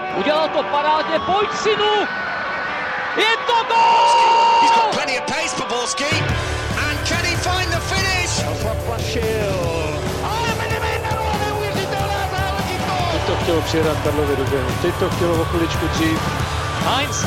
Udělal to parádně, pojď synu! Je to gól! He's got plenty of pace for Borski. And can he find the finish? Ale Medvedev, neuvěřitelná záležitost! Teď to chtělo přijedat Karlově do běhu, teď to chtělo o chviličku dřív. Heinz!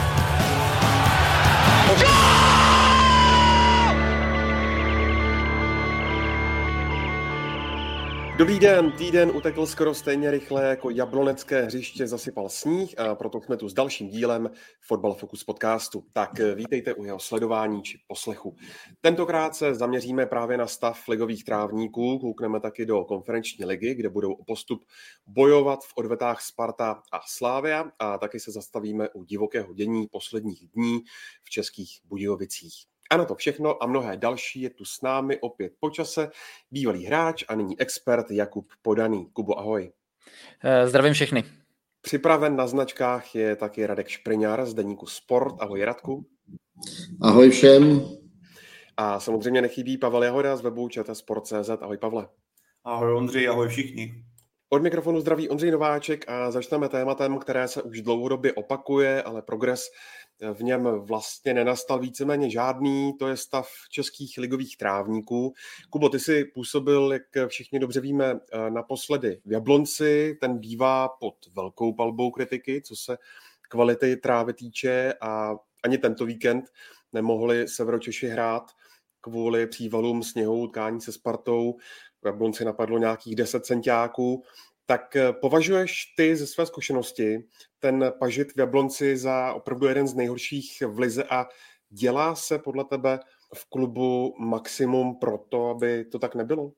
Dobrý den, týden utekl skoro stejně rychle jako jablonecké hřiště zasypal sníh a proto jsme tu s dalším dílem Fotbal Focus podcastu. Tak vítejte u jeho sledování či poslechu. Tentokrát se zaměříme právě na stav ligových trávníků, koukneme taky do konferenční ligy, kde budou o postup bojovat v odvetách Sparta a Slavia a taky se zastavíme u divokého dění posledních dní v Českých Budějovicích. A na to všechno a mnohé další je tu s námi opět po čase bývalý hráč a nyní expert Jakub Podaný. Kubo, ahoj. Zdravím všechny. Připraven na značkách je taky Radek Špriňár z deníku Sport. Ahoj Radku. Ahoj všem. A samozřejmě nechybí Pavel Jahoda z webu ČT-sport.cz. Ahoj Pavle. Ahoj Ondřej, ahoj všichni. Od mikrofonu zdraví Ondřej Nováček a začneme tématem, které se už dlouhodobě opakuje, ale progres v něm vlastně nenastal víceméně žádný, to je stav českých ligových trávníků. Kubo, ty jsi působil, jak všichni dobře víme, naposledy v Jablonci, ten bývá pod velkou palbou kritiky, co se kvality trávy týče a ani tento víkend nemohli Severočeši hrát kvůli přívalům sněhu, utkání se Spartou. V Jablonci napadlo nějakých 10 centiáků. Tak považuješ ty ze své zkušenosti ten pažit v Jablonci za opravdu jeden z nejhorších v lize a dělá se podle tebe v klubu maximum pro to, aby to tak nebylo?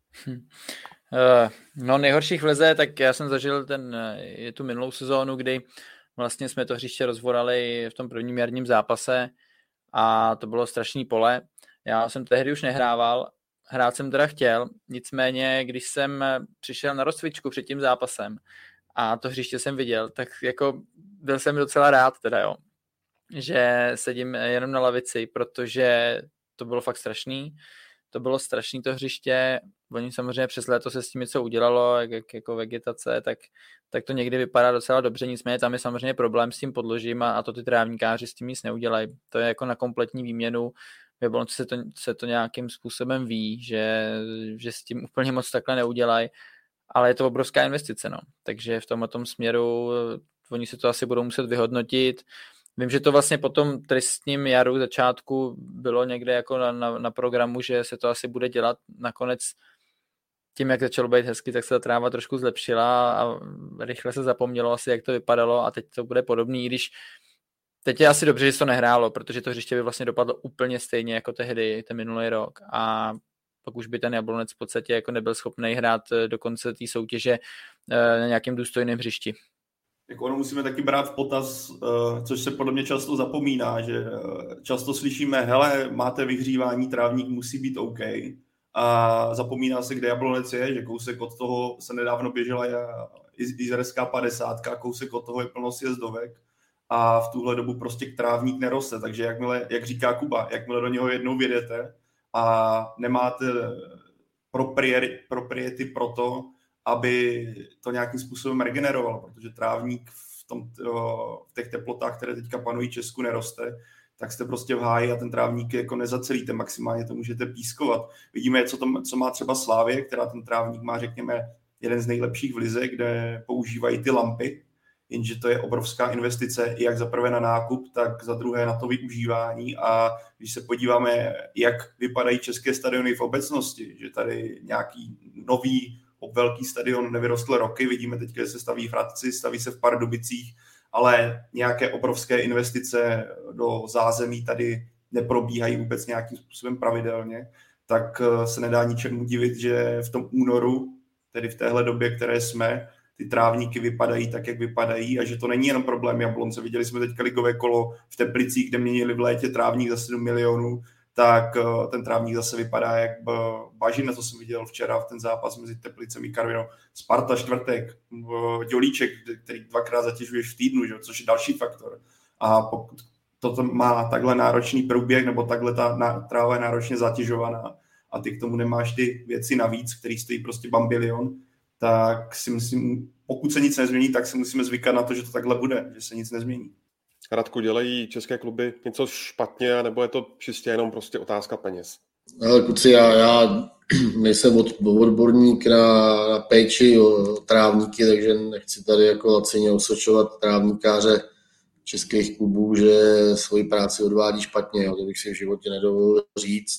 No nejhorších v lize, tak já jsem zažil je tu minulou sezónu, kdy vlastně jsme to hřiště rozvorali v tom prvním jarním zápase a to bylo strašný pole. Já jsem tehdy už nehrával, hrát jsem teda chtěl, nicméně když jsem přišel na rozcvičku před tím zápasem a to hřiště jsem viděl, tak jako byl jsem docela rád teda, jo, že sedím jenom na lavici, protože to bylo fakt strašný. To bylo strašný to hřiště, oni samozřejmě přes léto se s tím něco udělalo, jako vegetace, tak to někdy vypadá docela dobře, nicméně tam je samozřejmě problém s tím podložím a to ty trávníkáři s tím nic neudělají. To je jako na kompletní výměnu. V Jablonci se to nějakým způsobem ví, že s tím úplně moc takhle neudělají, ale je to obrovská investice, no. Takže v tomhle směru oni si to asi budou muset vyhodnotit. Vím, že to vlastně po tom tristním jaru začátku bylo někde jako na programu, že se to asi bude dělat. Nakonec tím, jak začalo být hezky, tak se ta tráva trošku zlepšila a rychle se zapomnělo asi, jak to vypadalo a teď to bude podobný, když teď je asi dobře, že se to nehrálo, protože to hřiště by vlastně dopadlo úplně stejně jako tehdy, ten minulý rok a pak už by ten Jablonec v podstatě jako nebyl schopný hrát do konce té soutěže na nějakém důstojném hřišti. Jako ono musíme taky brát v potaz, což se podle mě často zapomíná, že často slyšíme, hele, máte vyhřívání, trávník musí být OK a zapomíná se, kde Jablonec je, že kousek od toho se nedávno běžela Jizerská 50, kousek od toho je plno sjezdovek. A v tuhle dobu prostě trávník neroste, takže jakmile, jak říká Kuba, jakmile do něho jednou vědete a nemáte propriety pro to, aby to nějakým způsobem regenerovalo, protože trávník v těch teplotách, které teďka panují v Česku, neroste, tak jste prostě v háji a ten trávník jako nezacelíte, maximálně to můžete pískovat. Vidíme, co má třeba Slavie, která ten trávník má, řekněme, jeden z nejlepších v lize, kde používají ty lampy, jenže to je obrovská investice, jak za prvé na nákup, tak za druhé na to využívání a když se podíváme, jak vypadají české stadiony v obecnosti, že tady nějaký nový velký stadion nevyrostl roky, vidíme teď, že se staví v Hradci, staví se v Pardubicích, ale nějaké obrovské investice do zázemí tady neprobíhají vůbec nějakým způsobem pravidelně, tak se nedá ničemu divit, že v tom únoru, tedy v téhle době, které jsme, ty trávníky vypadají tak, jak vypadají a že to není jenom problém Jablonce. Viděli jsme teďka ligové kolo v Teplicích, kde měnili v létě trávník za 7 milionů, tak ten trávník zase vypadá jak bažina, co jsem viděl včera v ten zápas mezi Teplicemi a Karvinou. Sparta čtvrtek, dělíček, který dvakrát zatěžuješ v týdnu, že? Což je další faktor. A pokud toto má takhle náročný průběh, nebo takhle ta tráva je náročně zatěžovaná a ty k tomu nemáš ty věci navíc, který stojí prostě bambilion, tak si myslím pokud se nic nezmění, tak si musíme zvykat na to, že to takhle bude, že se nic nezmění. Radku, dělají české kluby něco špatně, nebo je to čistě jenom prostě otázka peněz? Ale kluci, já nejsem odborník na péči o trávníky, takže nechci tady jako lacině osočovat trávníkáře českých klubů, že svoji práci odvádí špatně, jo, to bych si v životě nedovolil říct.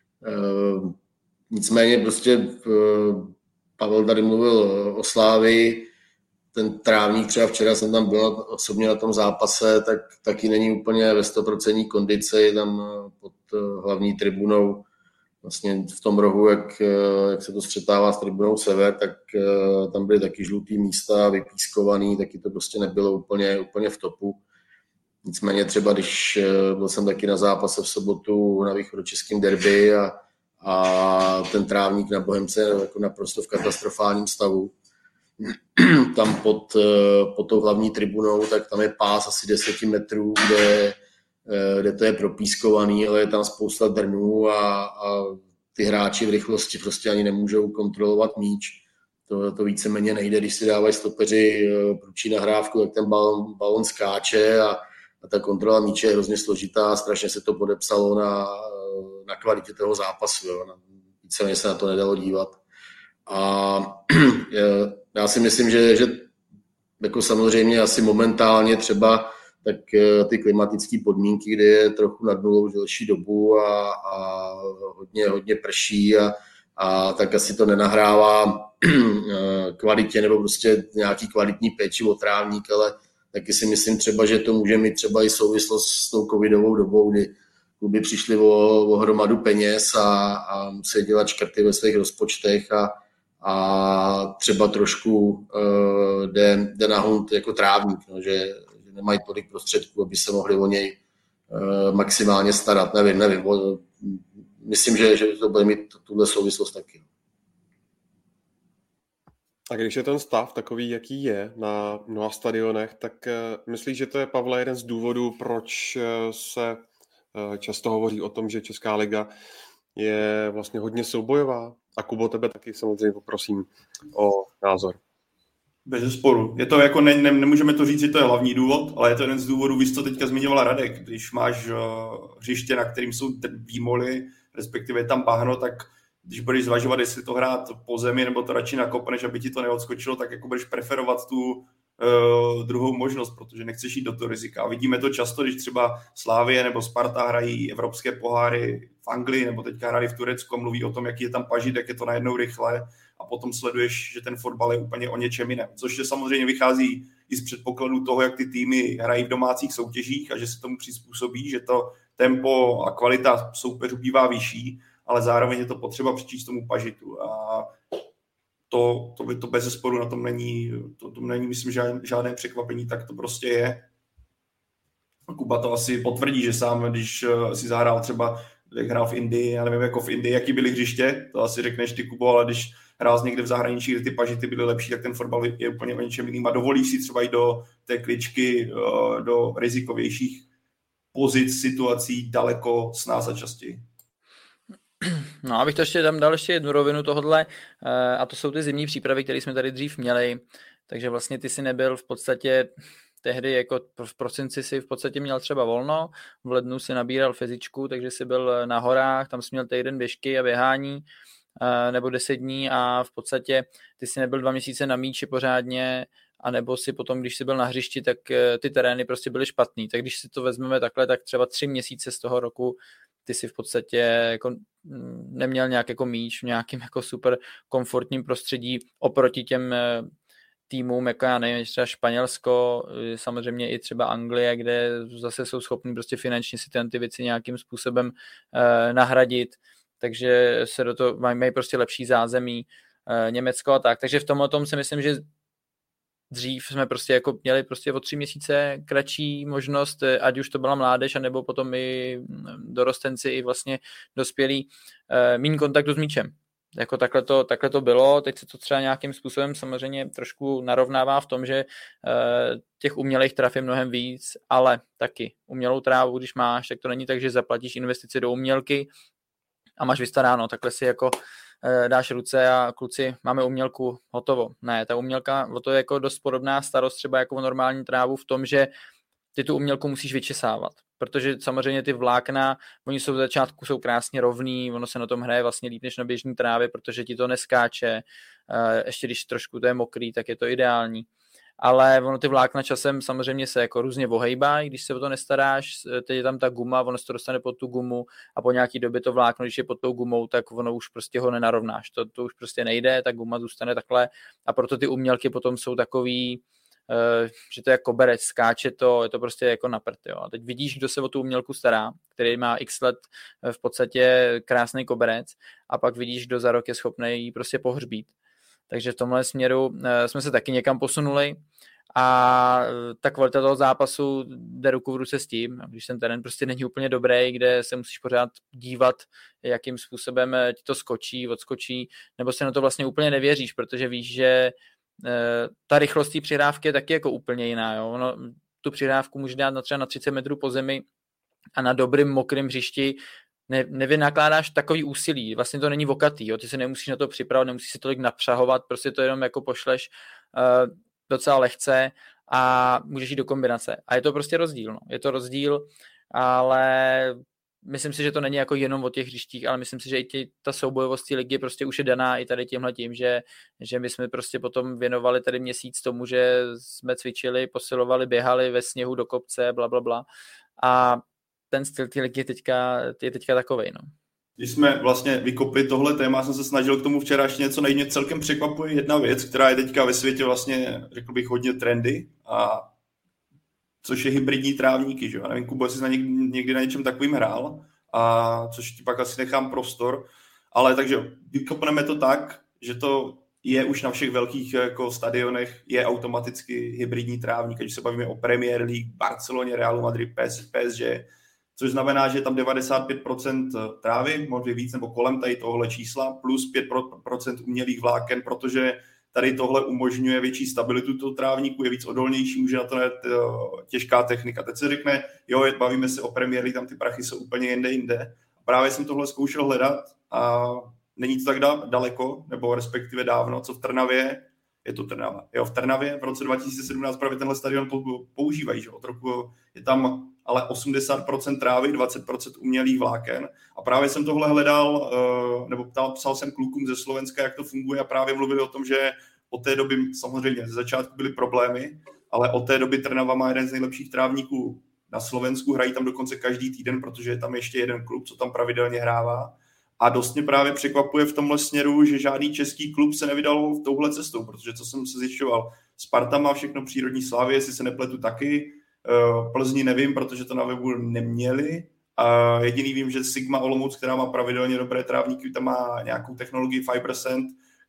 Nicméně prostě Pavel tady mluvil o Slávii, ten trávník, třeba včera jsem tam byl osobně na tom zápase, tak taky není úplně ve 100% kondici, tam pod hlavní tribunou, vlastně v tom rohu, jak se to střetává s tribunou Sever, tak tam byly taky žlutý místa, vypískovaný, taky to prostě nebylo úplně v topu. Nicméně třeba, když byl jsem taky na zápase v sobotu na východočeském derby a ten trávník na Bohemce jako naprosto v katastrofálním stavu, tam pod tou hlavní tribunou, tak tam je pás asi 10 metrů, kde to je propískovaný, ale je tam spousta drnů a ty hráči v rychlosti prostě ani nemůžou kontrolovat míč. To víceméně nejde, když si dávají stopeři průčí nahrávku, tak ten balon skáče a ta kontrola míče je hrozně složitá, strašně se to podepsalo na kvalitě toho zápasu. Jo. Víceméně se na to nedalo dívat. A já si myslím, že jako samozřejmě asi momentálně třeba tak ty klimatické podmínky, kde je trochu nad nulou delší dobu a hodně prší a tak asi to nenahrává kvalitě nebo prostě nějaký kvalitní péči o trávník, ale taky si myslím třeba, že to může mít třeba i souvislost s tou covidovou dobou, kdy kluby přišli o hromadu peněz a musí dělat škrty ve svých rozpočtech a třeba trošku jde na hund jako trávník, no, že nemají tolik prostředků, aby se mohli o něj maximálně starat. Nevím. Myslím, že to bude mít tuhle souvislost taky. A když je ten stav takový, jaký je na mnoha stadionech, tak myslíš, že to je, Pavle, jeden z důvodů, proč se často hovoří o tom, že Česká liga je vlastně hodně soubojová? A Kubo, tebe taky samozřejmě poprosím o názor. Bezesporu. Je to jako, nemůžeme to říct, že to je hlavní důvod, ale je to jeden z důvodů, víš, co teďka zmiňovala Radek. Když máš hřiště, na kterým jsou výmoly, respektive je tam bahno, tak když budeš zvažovat, jestli to hrát po zemi, nebo to radši nakopneš, aby ti to neodskočilo, tak jako budeš preferovat tu druhou možnost, protože nechceš jít do toho rizika. A vidíme to často, když třeba Slavie nebo Sparta hrají evropské poháry v Anglii, nebo teďka hráli v Turecku, mluví o tom, jaký je tam pažit, jak je to najednou rychle, a potom sleduješ, že ten fotbal je úplně o něčem jiném. Což je samozřejmě vychází i z předpokladu toho, jak ty týmy hrají v domácích soutěžích a že se tomu přizpůsobí, že to tempo a kvalita soupeřů bývá vyšší, ale zároveň je to potřeba přičíst tomu pažitu. A to bezesporu na tom není, to není, myslím, žádné překvapení, tak to prostě je. Kuba to asi potvrdí, že sám, když si zahrál třeba, jak hrál v Indii, já nevím, jako v Indii, jaký byly hřiště, to asi řekneš ty, Kubo, ale když hrál někde v zahraničí, kde ty pažity byly lepší, tak ten fotbal je úplně o něčem jiným a dovolí si třeba i do té kličky, do rizikovějších pozic, situací daleko s nás a častěji. No, abych to ještě tam dal ještě jednu rovinu tohodle, a to jsou ty zimní přípravy, které jsme tady dřív měli, takže vlastně ty si nebyl v podstatě tehdy, jako v prosinci si v podstatě měl třeba volno, v lednu si nabíral fyzičku, takže si byl na horách, tam si měl týden běžky a běhání, nebo 10 dní a v podstatě ty si nebyl 2 měsíce na míči pořádně, a nebo si potom, když jsi byl na hřišti, tak ty terény prostě byly špatný. Tak když si to vezmeme takhle, tak třeba 3 měsíce z toho roku ty si v podstatě jako neměl nějak jako míč v nějakým jako super komfortním prostředí oproti těm týmům, jako já nevím, třeba Španělsko, samozřejmě i třeba Anglie, kde zase jsou schopní prostě finančně si ty věci nějakým způsobem nahradit, takže se do toho mají prostě lepší zázemí, Německo a tak. Takže v tomhle tom si myslím, že dřív jsme prostě jako měli prostě o 3 měsíce kratší možnost, ať už to byla mládež, anebo potom i dorostenci, i vlastně dospělí, míň kontaktu s míčem. Jako takhle to bylo, teď se to třeba nějakým způsobem samozřejmě trošku narovnává v tom, že těch umělých traf je mnohem víc, ale taky umělou trávu, když máš, tak to není tak, že zaplatíš investici do umělky a máš vystaráno, takhle si jako dáš ruce a kluci, máme umělku, hotovo. Ne, ta umělka, to je jako dost podobná starost třeba jako normální trávu v tom, že ty tu umělku musíš vyčesávat, protože samozřejmě ty vlákna, oni jsou v začátku jsou krásně rovný, ono se na tom hraje vlastně líp než na běžný trávě, protože ti to neskáče, ještě když trošku to je mokrý, tak je to ideální. Ale ono ty vlákna časem samozřejmě se jako různě ohejbají, když se o to nestaráš, teď je tam ta guma, ono se to dostane pod tu gumu a po nějaký době to vlákno, když je pod tou gumou, tak ono už prostě ho nenarovnáš, to už prostě nejde, ta guma zůstane takhle a proto ty umělky potom jsou takový, že to je koberec, skáče to, je to prostě jako na prd, jo. A teď vidíš, kdo se o tu umělku stará, který má x let v podstatě krásný koberec a pak vidíš, kdo za rok je schopný ji prostě pohřbít. Takže v tomhle směru jsme se taky někam posunuli a ta kvalita toho zápasu jde ruku v ruce s tím, když ten terén prostě není úplně dobrý, kde se musíš pořád dívat, jakým způsobem ti to skočí, odskočí, nebo se na to vlastně úplně nevěříš, protože víš, že ta rychlost té přihrávky je taky jako úplně jiná. Jo? Ono, tu přihrávku může dát třeba na 30 metrů po zemi a na dobrým mokrým hřišti nevynakládáš takový úsilí. Vlastně to není vokatý. Jo? Ty se nemusíš na to připravovat, nemusíš si tolik napřahovat, prostě to jenom jako pošleš docela lehce a můžeš jít do kombinace. A je to prostě rozdíl. No. Je to rozdíl, ale myslím si, že to není jako jenom o těch hřištích, ale myslím si, že i ta soubojovost té ligy prostě už je daná i tady tímhletím, že my jsme prostě potom věnovali tady měsíc tomu, že jsme cvičili, posilovali, běhali ve sněhu do kopce, blablabla. A ten styl té ligy je teďka takovej, no. Když jsme vlastně vykopli tohle téma, jsem se snažil k tomu včera ještě něco, mě celkem překvapuje jedna věc, která je teďka ve světě vlastně, řekl bych, hodně trendy, a což je hybridní trávníky, že jo? Já nevím, Kubo, jestli jsi někdy na něčem takovým hrál, a což ti pak asi nechám prostor, ale takže vykopneme to tak, že to je už na všech velkých jako stadionech, je automaticky hybridní trávník, když se bavíme o Premier League, Barceloně, Realu Madrid, PSG, což znamená, že je tam 95% trávy, možná víc nebo kolem tady tohle čísla, plus 5% umělých vláken, protože tady tohle umožňuje větší stabilitu toho trávníku, je víc odolnější, může na to net těžká technika. Teď se řekne, jo, bavíme se o Premier League, tam ty prachy jsou úplně jinde. Právě jsem tohle zkoušel hledat a není to tak daleko, nebo respektive dávno, co v Trnavě, je to Trnava. Jo, v Trnavě v roce 2017 právě tenhle stadion používají, že od roku je tam ale 80% trávy, 20% umělých vláken. A právě jsem tohle hledal, nebo psal jsem klukům ze Slovenska, jak to funguje, a právě mluvili o tom, že od té doby samozřejmě ze začátku byly problémy, ale od té doby Trnava má jeden z nejlepších trávníků na Slovensku, hrají tam dokonce každý týden, protože je tam ještě jeden klub, co tam pravidelně hrává. A dost mě právě překvapuje v tomhle směru, že žádný český klub se nevydal touhle cestou, protože co jsem se zjišťoval, Sparta má všechno přírodní slávy, jestli se nepletu taky, Plzni nevím, protože to na webu neměli. A jediný vím, že Sigma Olomouc, která má pravidelně dobré trávníky, tam má nějakou technologii Fibercent,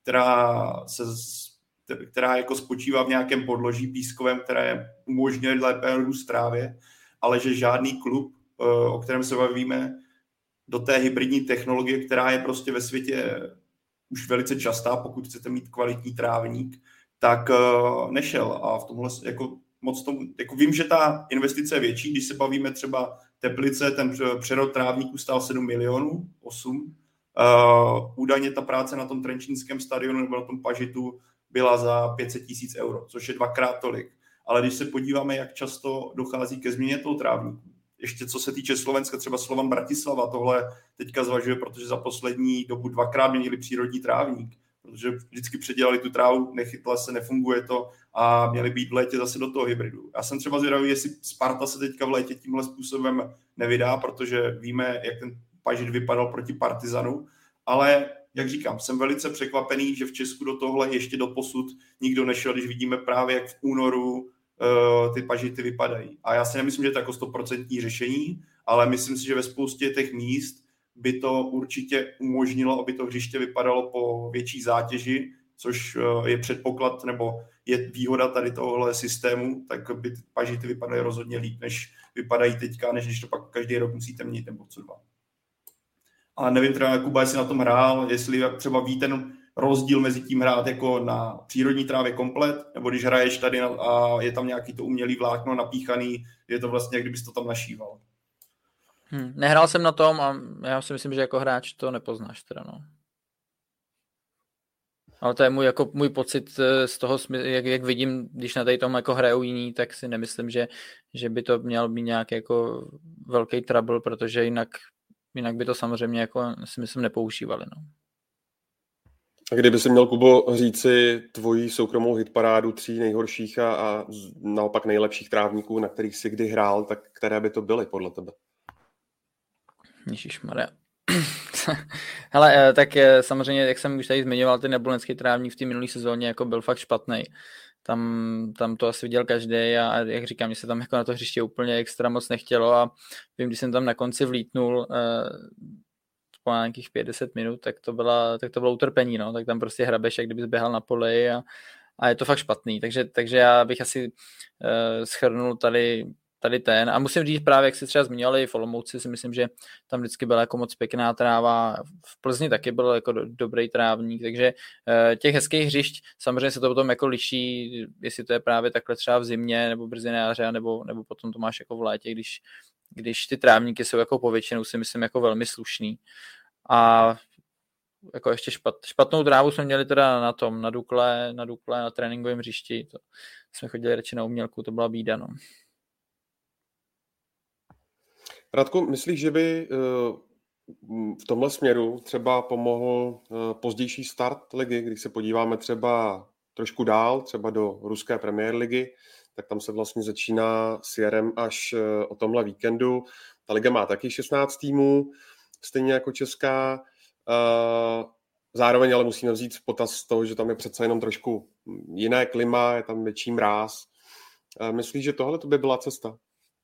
která jako spočívá v nějakém podloží pískovém, které umožňuje lépe růst trávě, ale že žádný klub, o kterém se bavíme, do té hybridní technologie, která je prostě ve světě už velice častá, pokud chcete mít kvalitní trávník, tak nešel. A v tomhle jako moc tomu, jako vím, že ta investice je větší, když se bavíme třeba Teplice, ten přerod trávníků stál 7 milionů, 8. Údajně ta práce na tom trenčínském stadionu nebo na tom Pažitu byla za 500 000 euro, což je 2x tolik. Ale když se podíváme, jak často dochází ke změně toho trávníku, ještě co se týče Slovenska, třeba Slovan Bratislava tohle teďka zvažuje, protože za poslední dobu 2x měnili přírodní trávník, protože vždycky předělali tu trávu, nechytla se, nefunguje to a měli být v létě zase do toho hybridu. Já jsem třeba zvědavý, jestli Sparta se teďka v létě tímhle způsobem nevydá, protože víme, jak ten Pažit vypadal proti Partizanu, ale jak říkám, jsem velice překvapený, že v Česku do tohle ještě doposud nikdo nešel, když vidíme právě, jak v únoru ty Pažity vypadají. A já si nemyslím, že to je jako 100% řešení, ale myslím si, že ve spoustě těch míst by to určitě umožnilo, aby to hřiště vypadalo po větší zátěži, což je předpoklad, nebo je výhoda tady tohohle systému, tak by ty Pažity vypadaly rozhodně líp, než vypadají teďka, než když to pak každý rok musíte měnit nebo co dva. A nevím třeba, Kuba, jestli na tom hrál, jestli třeba ví ten rozdíl mezi tím hrát jako na přírodní trávě komplet, nebo když hraješ tady a je tam nějaký to umělý vlákno napíchaný, je to vlastně, jak kdybys to tam našíval. Nehrál jsem na tom a já si myslím, že jako hráč to nepoznáš teda, no. Ale to je můj pocit z toho, jak vidím, když na tady tom jako hrajou jiní, tak si nemyslím, že by to měl být nějaký jako velký trouble, protože jinak by to samozřejmě jako si myslím nepoužívali. No. A kdyby si měl, Kubo, říci tvoji soukromou hitparádu 3 nejhorších a naopak nejlepších trávníků, na kterých jsi kdy hrál, tak které by to byly podle tebe? Ježišmarja. Hele, tak samozřejmě, jak jsem už tady zmiňoval, ten jablonský trávník v té minulé sezóně jako byl fakt špatný. Tam to asi viděl každý a jak říkám, mě se tam jako na to hřiště úplně extra moc nechtělo a vím, když jsem tam na konci vlítnul po nějakých 50 minut, tak to bylo utrpení, no, tak tam prostě hrabeš, jak kdyby zběhal na poli a je to fakt špatný, takže já bych asi shrnul tady ten. A musím říct právě, jak si třeba zmiňovali v Olomouci, si myslím, že tam vždycky byla jako moc pěkná tráva. V Plzni taky byl jako dobrý trávník, takže těch hezkých hřišť samozřejmě se to potom jako liší, jestli to je právě takhle třeba v zimě nebo brzy na jaře, nebo potom to máš jako v létě, když ty trávníky jsou jako povětšinou si myslím jako velmi slušný. A jako ještě špatnou trávu jsme měli teda na Dukle, na tréninkovém hřišti. To jsme chodili radši na umělku, to byla bída, no. Radku, myslíš, že by v tomhle směru třeba pomohl pozdější start ligy, když se podíváme třeba trošku dál, třeba do ruské Premier ligy, tak tam se vlastně začíná s jarem až o tomhle víkendu. Ta liga má taky 16 týmů, stejně jako česká. Zároveň ale musíme vzít v potaz toho, že tam je přece jenom trošku jiné klima, je tam větší mráz. Myslíš, že tohle to by byla cesta?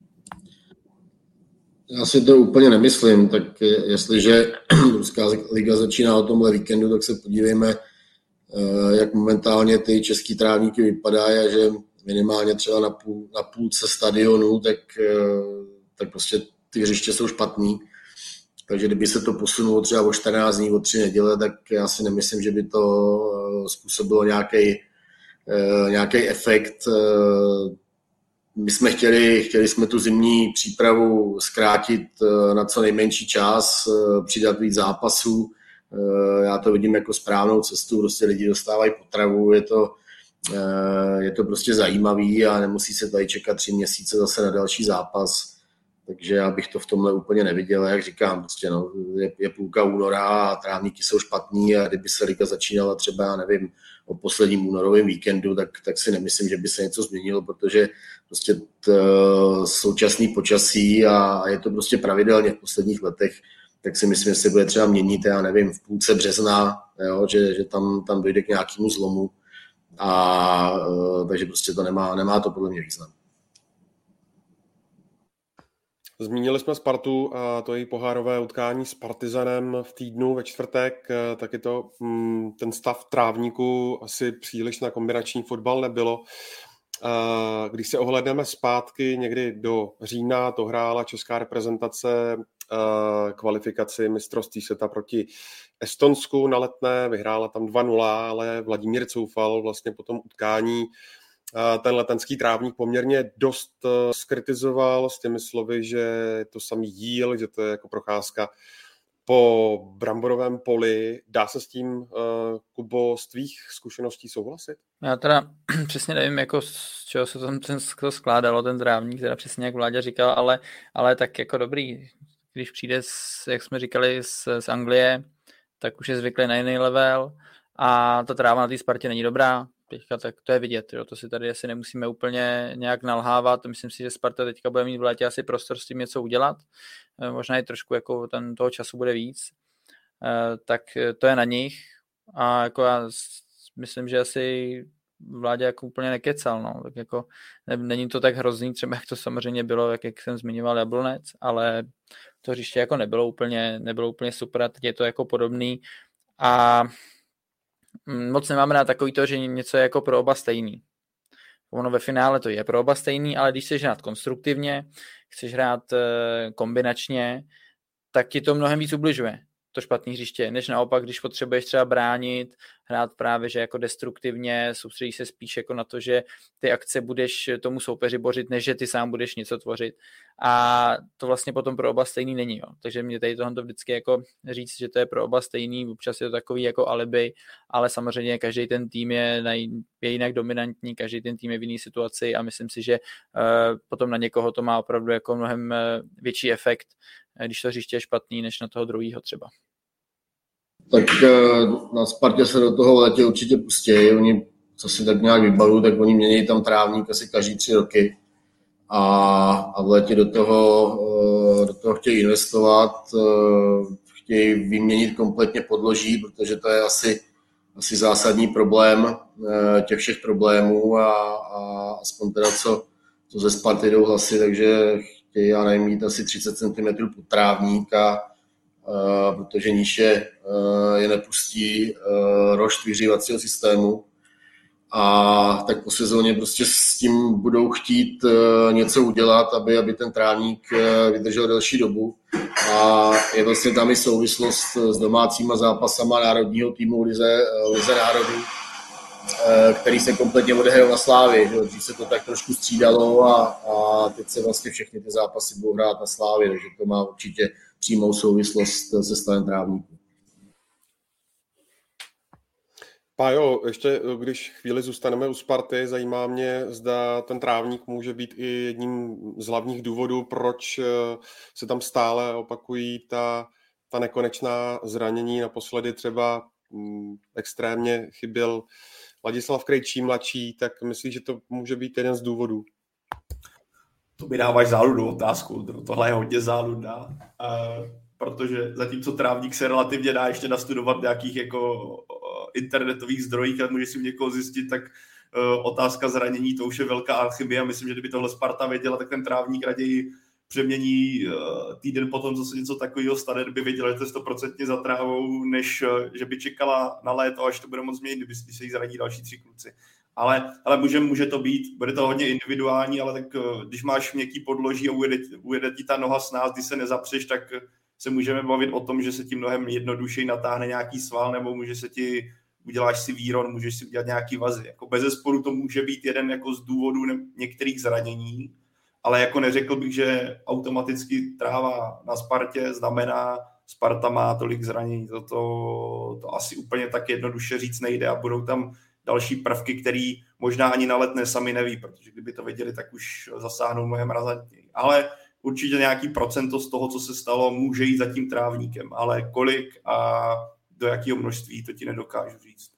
Já si to úplně nemyslím, tak jestliže ruská liga začíná o tomhle víkendu, tak se podívejme, jak momentálně ty český trávníky vypadají a že minimálně třeba na půlce stadionu, tak prostě ty hřiště jsou špatný. Takže kdyby se to posunulo třeba o 14 dní, o 3 neděle, tak já si nemyslím, že by to způsobilo nějaký efekt. My jsme chtěli jsme tu zimní přípravu zkrátit na co nejmenší čas, přidat víc zápasů. Já to vidím jako správnou cestu, prostě lidi dostávají potravu, je to prostě zajímavý a nemusí se tady čekat 3 měsíce zase na další zápas. Takže já bych to v tomhle úplně neviděl, jak říkám, prostě no, je půlka února a trávníky jsou špatný a kdyby se liga začínala třeba, já nevím, o posledním únorovém víkendu, tak si nemyslím, že by se něco změnilo, protože prostě současný počasí a je to prostě pravidelně v posledních letech, tak si myslím, že se bude třeba měnit, já nevím, v půlce března, jo, že tam dojde k nějakému zlomu a takže prostě to nemá to podle mě význam. Zmínili jsme Spartu a to její pohárové utkání s Partizanem v týdnu ve čtvrtek, taky to ten stav trávníku asi příliš na kombinační fotbal nebylo. Když se ohlédneme zpátky někdy do října, to hrála česká reprezentace kvalifikaci mistrovství světa proti Estonsku na Letné, vyhrála tam 2-0, ale Vladimír Coufal vlastně po tom utkání ten letenský trávník poměrně dost skritizoval s těmi slovy, že je to samý jíl, že to je jako procházka po bramborovém poli. Dá se s tím, Kubo, z tvých zkušeností souhlasit? Já teda přesně nevím, jako z čeho se to skládalo, ten trávník, teda přesně jak Vláďa říkal, ale tak jako dobrý, když přijde, jak jsme říkali, z Anglie, tak už je zvyklý na jiný level a ta tráva na té Spartě není dobrá. Teďka, tak to je vidět, jo. To si tady asi nemusíme úplně nějak nalhávat. Myslím si, že Sparta teďka bude mít v létě asi prostor s tím něco udělat. Možná i trošku jako toho času bude víc. Tak to je na nich. A jako já myslím, že asi Vláďa jako úplně nekecal. No. Tak jako není to tak hrozný, třeba jak to samozřejmě bylo, jak jsem zmiňoval Jablonec, ale to hřiště jako nebylo úplně super. Teď je to jako podobný. A moc nemáme na takový to, že něco je jako pro oba stejný. Ono ve finále to je pro oba stejný, ale když chceš hrát konstruktivně, chceš hrát kombinačně, tak ti to mnohem víc ubližuje. to špatný hřiště, než naopak, když potřebuješ třeba bránit, hrát právě, že jako destruktivně, soustředí se spíš jako na to, že ty akce budeš tomu soupeři bořit, než že ty sám budeš něco tvořit. A to vlastně potom pro oba stejný není. Jo. Takže mě tady tohle vždycky jako říct, že to je pro oba stejný, občas je to takový jako alibi, ale samozřejmě každý ten tým je jinak dominantní, každý ten tým je v jiné situaci a myslím si, že potom na někoho to má opravdu jako mnohem větší efekt, když to hřiště je špatný, než na toho druhýho třeba. Tak na Spartě se do toho v létě určitě pustí. Oni, co si tak nějak vybavují, tak oni mění tam trávník asi každý 3 roky. A v létě do toho chtějí investovat, chtějí vyměnit kompletně podloží, protože to je asi zásadní problém těch všech problémů a aspoň teda co ze Sparty jdou hlasy, takže chtějí, já nevím, mít asi 30 cm pod trávník, protože níže je nepustí rošt vyhřívacího systému. A tak po sezóně prostě s tím budou chtít něco udělat, aby ten trávník vydržel delší dobu. A je vlastně tam i souvislost s domácíma zápasama národního týmu Lize národů, který se kompletně odehrál na Slávii. Dřív se to tak trošku střídalo a teď se vlastně všechny ty zápasy budou hrát na Slávii, takže to má určitě přímou souvislost se stavem trávníku. Pájo, ještě když chvíli zůstaneme u Sparty, zajímá mě, zda ten trávník může být i jedním z hlavních důvodů, proč se tam stále opakují ta nekonečná zranění. Naposledy třeba extrémně chyběl Ladislav Krejčí mladší, tak myslíš, že to může být jeden z důvodů? To mi dáváš záludnou otázku, tohle je hodně záludná, protože zatímco trávník se relativně dá ještě nastudovat v nějakých jako internetových zdrojích a může si u někoho zjistit, tak otázka zranění, to už je velká alchymie a myslím, že kdyby tohle Sparta věděla, tak ten trávník raději přemění týden potom, co se něco takového stane, kdyby věděla, že to je 100% za trávou, než že by čekala na léto, až to bude moc změnit, kdyby se jí zraní další 3 kluci. Ale může to být, bude to hodně individuální, ale tak když máš měkký podloží a ujede ti ta noha s nás, když se nezapřeš, tak se můžeme bavit o tom, že se ti mnohem jednodušeji natáhne nějaký sval, nebo uděláš si výron, můžeš si udělat nějaký vazy. Jako bezesporu to může být jeden jako z důvodů některých zranění, ale jako neřekl bych, že automaticky tráva na Spartě znamená, Sparta má tolik zranění. To asi úplně tak jednoduše říct nejde a budou tam další prvky, který možná ani na Letné sami neví, protože kdyby to věděli, tak už zasáhnou mnohem razantněji. Ale určitě nějaký procento z toho, co se stalo, může jít za tím trávníkem, ale kolik a do jakého množství, to ti nedokážu říct.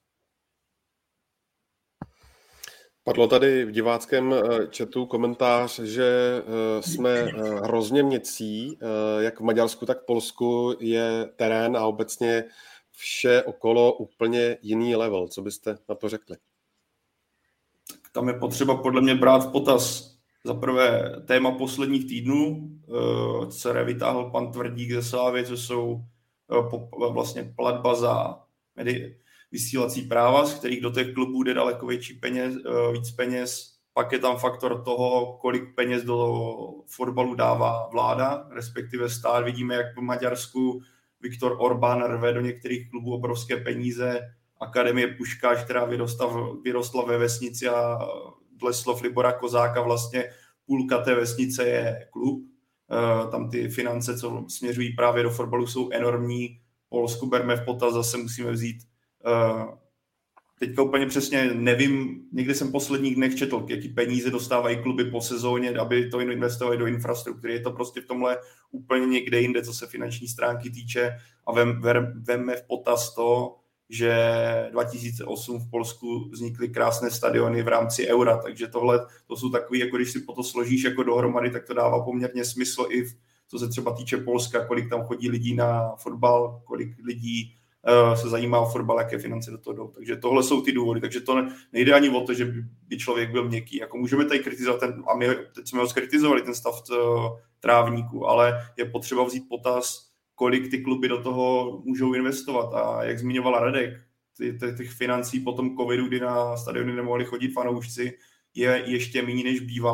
Padlo tady v diváckém chatu komentář, že jsme hrozně měkcí, jak v Maďarsku, tak v Polsku je terén a obecně vše okolo úplně jiný level. Co byste na to řekli? Tak tam je potřeba podle mě brát v potaz za prvé téma posledních týdnů, které vytáhl pan Tvrdík ze Slávy, co jsou vlastně platba za vysílací práva, z kterých do těch klubů jde daleko víc peněz. Pak je tam faktor toho, kolik peněz do fotbalu dává vláda, respektive stát. Vidíme, jak v Maďarsku Viktor Orbán rve do některých klubů obrovské peníze. Akademie Puškáš, která vyrostla ve vesnici a dle slov Libora Kozáka vlastně půlka té vesnice je klub. Tam ty finance, co směřují právě do fotbalu, jsou enormní. Polsku berme v potaz, zase musíme vzít. Teďka úplně přesně nevím, někdy jsem v posledních dnech četl, jaký peníze dostávají kluby po sezóně, aby to investovali do infrastruktury. Je to prostě v tomhle úplně někde jinde, co se finanční stránky týče a vemme v potaz to, že 2008 v Polsku vznikly krásné stadiony v rámci Eura, takže tohle, to jsou takový, jako když si po to složíš jako dohromady, tak to dává poměrně smysl i co se třeba týče Polska, kolik tam chodí lidí na fotbal, kolik lidí se zajímá o fotbal, jaké finance do toho jdou. Takže tohle jsou ty důvody. Takže to nejde ani o to, že by člověk byl měkký. Jako můžeme tady kritizovat a my teď jsme ho skritizovali, ten stav trávníku, ale je potřeba vzít potaz, kolik ty kluby do toho můžou investovat. A jak zmiňovala Radek, těch financí po tom covidu, kdy na stadiony nemohli chodit fanoušci, je ještě méně než bývalo.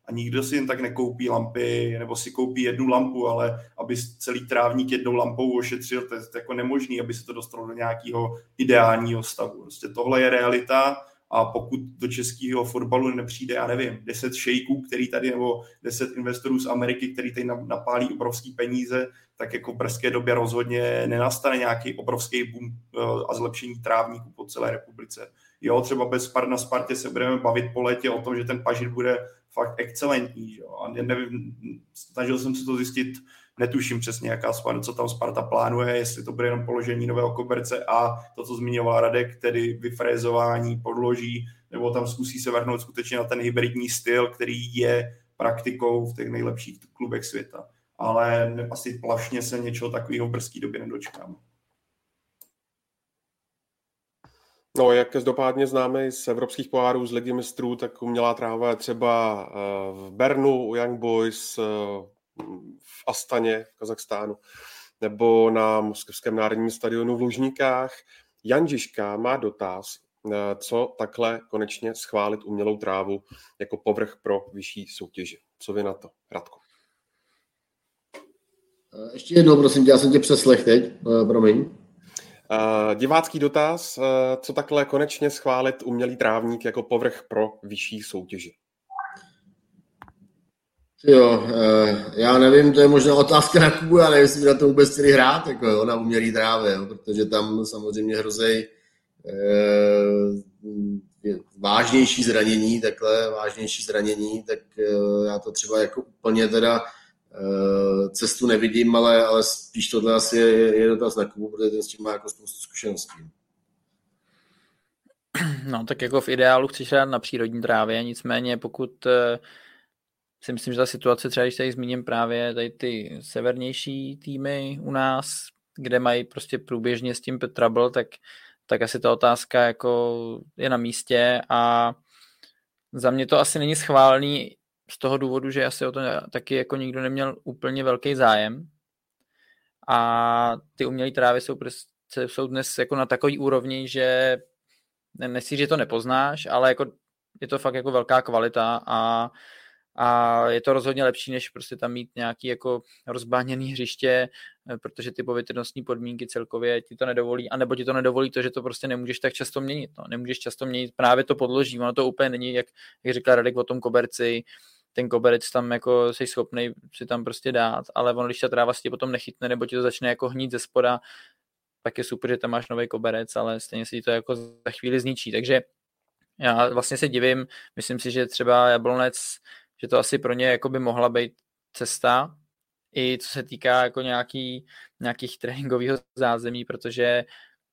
a nikdo si jen tak nekoupí lampy, nebo si koupí jednu lampu, ale aby celý trávník jednou lampou ošetřil, to je jako nemožný, aby se to dostalo do nějakého ideálního stavu. Prostě tohle je realita a pokud do českého fotbalu nepřijde, já nevím, 10 šejků, který tady, nebo 10 investorů z Ameriky, který tady napálí obrovský peníze, tak jako v brzké době rozhodně nenastane nějaký obrovský boom a zlepšení trávníků po celé republice. Jo, třeba na Spartě se budeme bavit po létě o tom, že ten pažit bude fakt excelentní. Jo? A nevím, snažil jsem se to zjistit, netuším přesně, co tam Sparta plánuje, jestli to bude jenom položení nového koberce a to, co zmiňoval Radek, tedy vyfrézování podloží, nebo tam zkusí se vrhnout skutečně na ten hybridní styl, který je praktikou v těch nejlepších klubech světa. Ale asi plošně se něčeho takového v brzké době nedočkám. No, jak každopádně známe z evropských pohárů, z Ligy mistrů, tak umělá tráva je třeba v Bernu u Young Boys, v Astaně v Kazachstánu nebo na Moskevském národním stadionu v Lužníkách. Jan Žižka má dotaz, co takhle konečně schválit umělou trávu jako povrch pro vyšší soutěže. Co vy na to, Radko? Ještě jednou, prosím tě, já jsem tě přeslech teď, promiň. Divácký dotaz, co takhle konečně schválit umělý trávník jako povrch pro vyšší soutěže? Jo, já nevím, to je možná otázka na Kubu, já nevím, jestli na to vůbec chtěli hrát, jako jo, na umělý trávě, jo, protože tam samozřejmě hrozí vážnější zranění, tak já to třeba jako úplně teda cestu nevidím, ale spíš tohle asi je dotaz na Kubu, protože ten s tím má jako spoustu zkušeností. No, tak jako v ideálu chceš hrát na přírodní trávě, nicméně pokud si myslím, že ta situace, třeba když tady zmíním právě tady ty severnější týmy u nás, kde mají prostě průběžně s tím trouble, tak asi ta otázka jako je na místě a za mě to asi není schválný z toho důvodu, že asi o to taky jako nikdo neměl úplně velký zájem a ty umělé trávy jsou dnes jako na takový úrovni, že nechci, že to nepoznáš, ale jako je to fakt jako velká kvalita a je to rozhodně lepší, než prostě tam mít nějaký jako rozbáněný hřiště, protože ty povětrnostní podmínky celkově ti to nedovolí, anebo ti to nedovolí to, že to prostě nemůžeš tak často měnit. No. Nemůžeš často měnit právě to podloží, ono to úplně není, jak říkal Radek o tom koberci, ten koberec tam jako jsi schopnej si tam prostě dát, ale ono, když ta tráva si tě potom nechytne, nebo ti to začne jako hnít ze spoda, tak je super, že tam máš nový koberec, ale stejně si to jako za chvíli zničí. Takže já vlastně se divím, myslím si, že třeba Jablonec, že to asi pro ně jako by mohla být cesta, i co se týká jako nějakých tréninkového zázemí, protože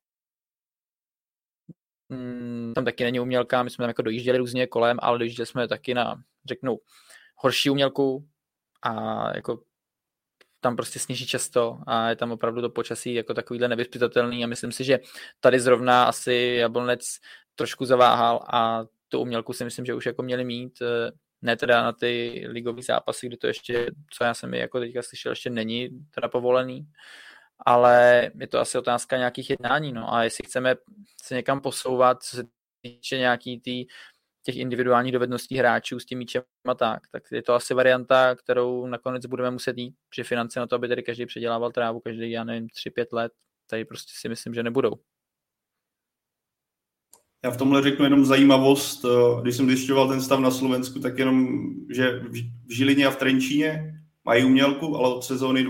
tam taky není umělka, my jsme tam jako dojížděli různě kolem, ale dojížděli jsme taky na, řeknu, horší umělku a jako tam prostě sněží často a je tam opravdu to počasí jako takovýhle nevyzpytatelný a myslím si, že tady zrovna asi Jablonec trošku zaváhal a tu umělku si myslím, že už jako měli mít, ne teda na ty ligový zápasy, kdy to ještě, co já jsem jako teďka slyšel, ještě není teda povolený, ale je to asi otázka nějakých jednání, no a jestli chceme se někam posouvat, co se týče nějaký těch individuálních dovedností hráčů s tím míčem a tak je to asi varianta, kterou nakonec budeme muset jít, protože finance na to, aby tady každý předělával trávu, každý, já nevím, 3-5 let, tady prostě si myslím, že nebudou. Já v tomhle řeknu jenom zajímavost, když jsem zjišťoval ten stav na Slovensku, tak jenom, že v Žilině a v Trenčíně mají umělku, ale od sezóny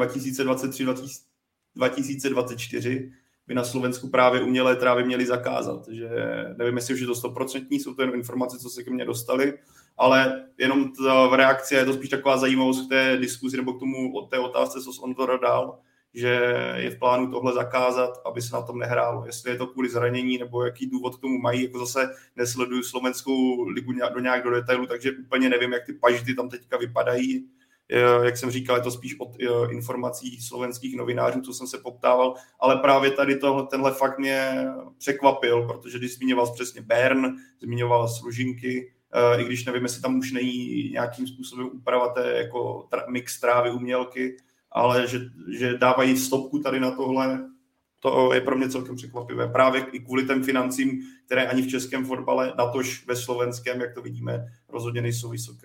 2023-2024 by na Slovensku právě umělé trávy měly zakázat. Že nevím, jestli už je to 100%, jsou to jen informace, co se ke mně dostaly, ale jenom v reakci je to spíš taková zajímavost k té diskuzi nebo k tomu od té otázce, co on to dal, že je v plánu tohle zakázat, aby se na tom nehrálo. Jestli je to kvůli zranění nebo jaký důvod k tomu mají, jako zase nesleduju slovenskou ligu nějak do detailu, takže úplně nevím, jak ty pažity tam teďka vypadají. Jak jsem říkal, je to spíš od informací slovenských novinářů, co jsem se poptával, ale právě tady tenhle fakt mě překvapil, protože když zmiňoval přesně Bern, zmiňoval Služinky, i když nevím, jestli tam už není nějakým způsobem úprava té jako mix trávy umělky, ale že dávají stopku tady na tohle, to je pro mě celkem překvapivé. Právě i kvůli těm financím, které ani v českém fotbale, natož ve slovenském, jak to vidíme, rozhodně nejsou vysoké.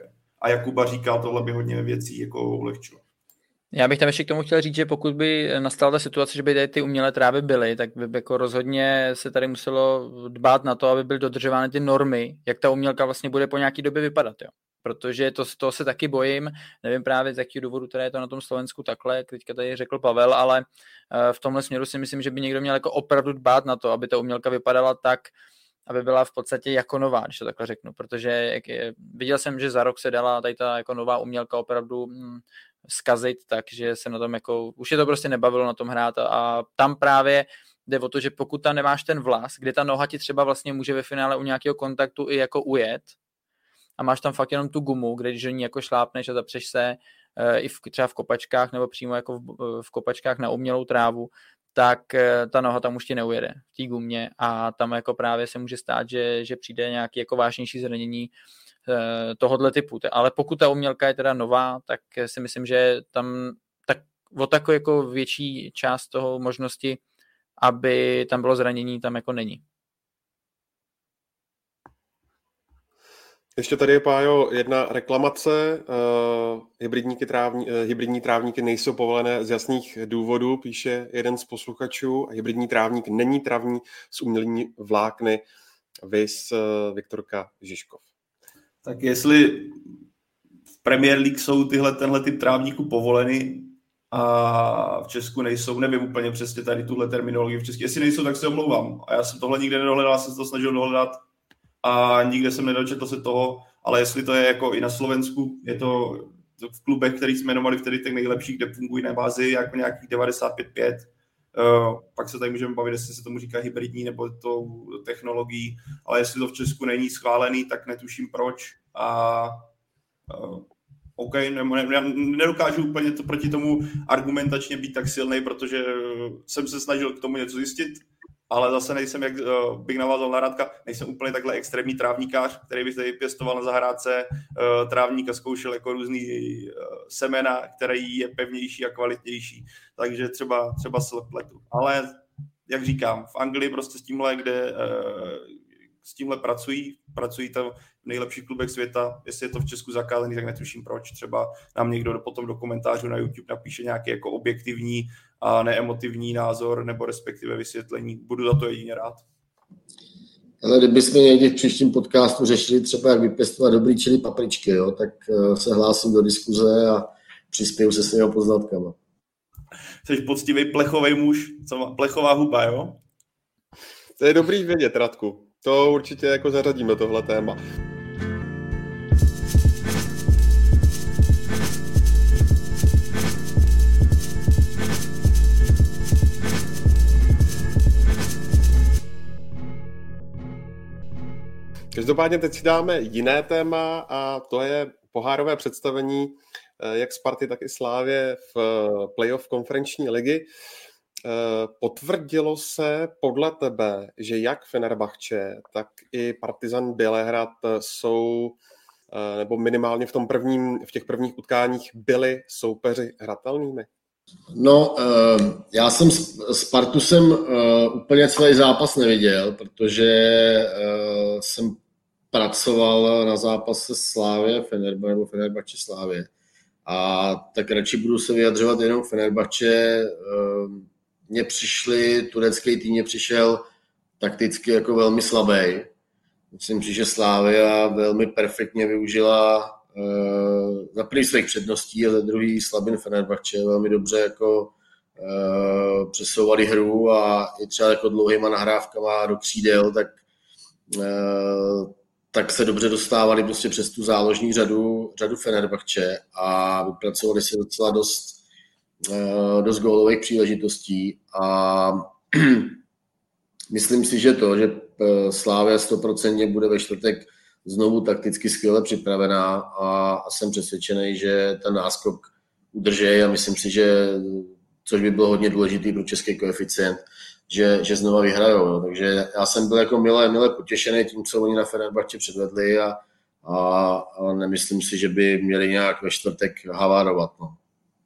a Jakuba říkal, tohle by hodně věcí jako ulehčilo. Já bych tam ještě k tomu chtěl říct, že pokud by nastala ta situace, že by tady ty umělé trávy byly, tak by jako rozhodně se tady muselo dbát na to, aby byly dodržovány ty normy, jak ta umělka vlastně bude po nějaký době vypadat. Jo. Protože to se taky bojím, nevím právě z jakého důvodu, které je to na tom Slovensku takhle, teďka tady řekl Pavel, ale v tomhle směru si myslím, že by někdo měl jako opravdu dbát na to, aby ta umělka vypadala tak, aby byla v podstatě jako nová, když to takhle řeknu, protože viděl jsem, že za rok se dala tady ta jako nová umělka opravdu zkazit, takže se na tom jako, už je to prostě nebavilo na tom hrát a tam právě jde o to, že pokud tam nemáš ten vlas, kde ta noha ti třeba vlastně může ve finále u nějakého kontaktu i jako ujet a máš tam fakt jenom tu gumu, kde když do ní jako šlápneš a zapřeš se i třeba v kopačkách nebo přímo jako v kopačkách na umělou trávu, tak ta noha tam už ti neujede v té gumě a tam jako právě se může stát, že přijde nějaký jako vážnější zranění tohodle typu. Ale pokud ta umělka je teda nová, tak si myslím, že tam tak o takovou jako větší část toho možnosti, aby tam bylo zranění, tam jako není. Ještě tady je, Pájo, jedna reklamace. Hybridní trávníky nejsou povolené z jasných důvodů, píše jeden z posluchačů. Hybridní trávník není travní s umělými vlákny, viz Viktorka Žižkov. Tak jestli v Premier League jsou tenhle typ trávníků povoleny a v Česku nejsou, nevím úplně přesně tady tuhle terminologii v Česku. Jestli nejsou, tak se omlouvám. A já jsem tohle nikde nedohledal, jsem se to snažil dohledat a nikde jsem nedočetl se toho, ale jestli to je jako i na Slovensku, je to v klubech, který jsme jmenovali vtedy těch nejlepších, kde fungují na bázi jako nějakých 95-5. Pak se tady můžeme bavit, jestli se tomu říká hybridní nebo to technologií, ale jestli to v Česku není schválený, tak netuším proč. A OK, nedokážu úplně to proti tomu argumentačně být tak silnej, protože jsem se snažil k tomu něco zjistit, ale zase nejsem, jak bych navázal na Radka, nejsem úplně takhle extrémní trávníkář, který by tady pěstoval na zahrádce trávník a zkoušel jako různý semena, který je pevnější a kvalitnější. Takže třeba se pletu. Ale jak říkám, v Anglii prostě s tímhle pracují tam v nejlepších klubech světa. Jestli je to v Česku zakázaný, tak netuším proč. Třeba nám někdo potom do komentářů na YouTube napíše nějaký jako objektivní a neemotivní názor nebo respektive vysvětlení. Budu za to jedině rád. Ale kdybychom někdy v příštím podcastu řešili třeba, jak vypěstovat dobrý čili papričky, jo, tak se hlásím do diskuze a přispěju se svými poznatkama. Jsi poctivý plechový muž, co má plechová huba, jo? To je dobrý vědět, Radku. To určitě jako zařadíme tohle téma. Každopádně teď si dáme jiné téma a to je pohárové představení jak Sparty, tak i Slávie v playoff konferenční ligy. Potvrdilo se podle tebe, že jak Fenerbahče, tak i Partizan Bělehrad jsou, nebo minimálně v těch prvních utkáních byli soupeři hratelnými? No, já jsem Spartu úplně celý zápas neviděl, protože jsem pracoval na zápase Slávie, Fenerbahče Slávie. A tak radši budu se vyjadřovat jenom Fenerbahče. Turecký tým mě přišel takticky jako velmi slabý. Myslím si, že Slavia velmi perfektně využila za první svých předností a za druhý slabin Fenerbahče. Velmi dobře jako přesouvali hru a i třeba jako dlouhýma nahrávkama do křídel, tak se dobře dostávali prostě přes tu záložní řadu Fenerbahče a vypracovali si docela dost gólových příležitostí a myslím si, že Slavia 100% bude ve čtvrtek znovu takticky skvěle připravená a jsem přesvědčený, že ten náskok udrží a myslím si, že což by bylo hodně důležitý pro český koeficient, že znova vyhrajou. No. Takže já jsem byl jako milé potěšený tím, co oni na Fenerbahče předvedli a nemyslím si, že by měli nějak ve čtvrtek havárovat. No.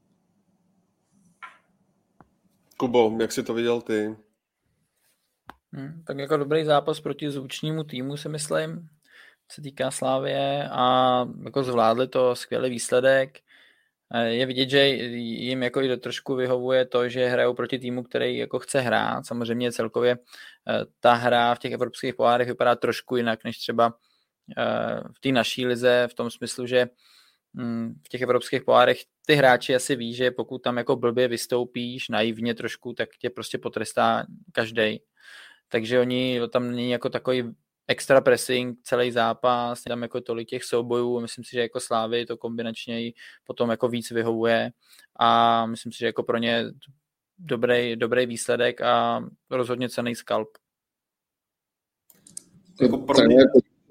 Kubo, jak jsi to viděl ty? Tak jako dobrý zápas proti zvučnímu týmu si myslím. se týká Slavie, a jako zvládli to skvělý výsledek. Je vidět, že jim jako i trošku vyhovuje to, že hrajou proti týmu, který jako chce hrát. Samozřejmě celkově ta hra v těch evropských pohárech vypadá trošku jinak, než třeba v té naší lize, v tom smyslu, že v těch evropských pohárech ty hráči asi ví, že pokud tam jako blbě vystoupíš, naivně trošku, tak tě prostě potrestá každej. Takže oni tam není jako takový extra pressing celý zápas, tam jako tolik těch soubojů, myslím si, že jako Slávy to kombinačně potom jako víc vyhovuje a myslím si, že jako pro ně dobrý výsledek a rozhodně cenný skalp. Jako pro mě...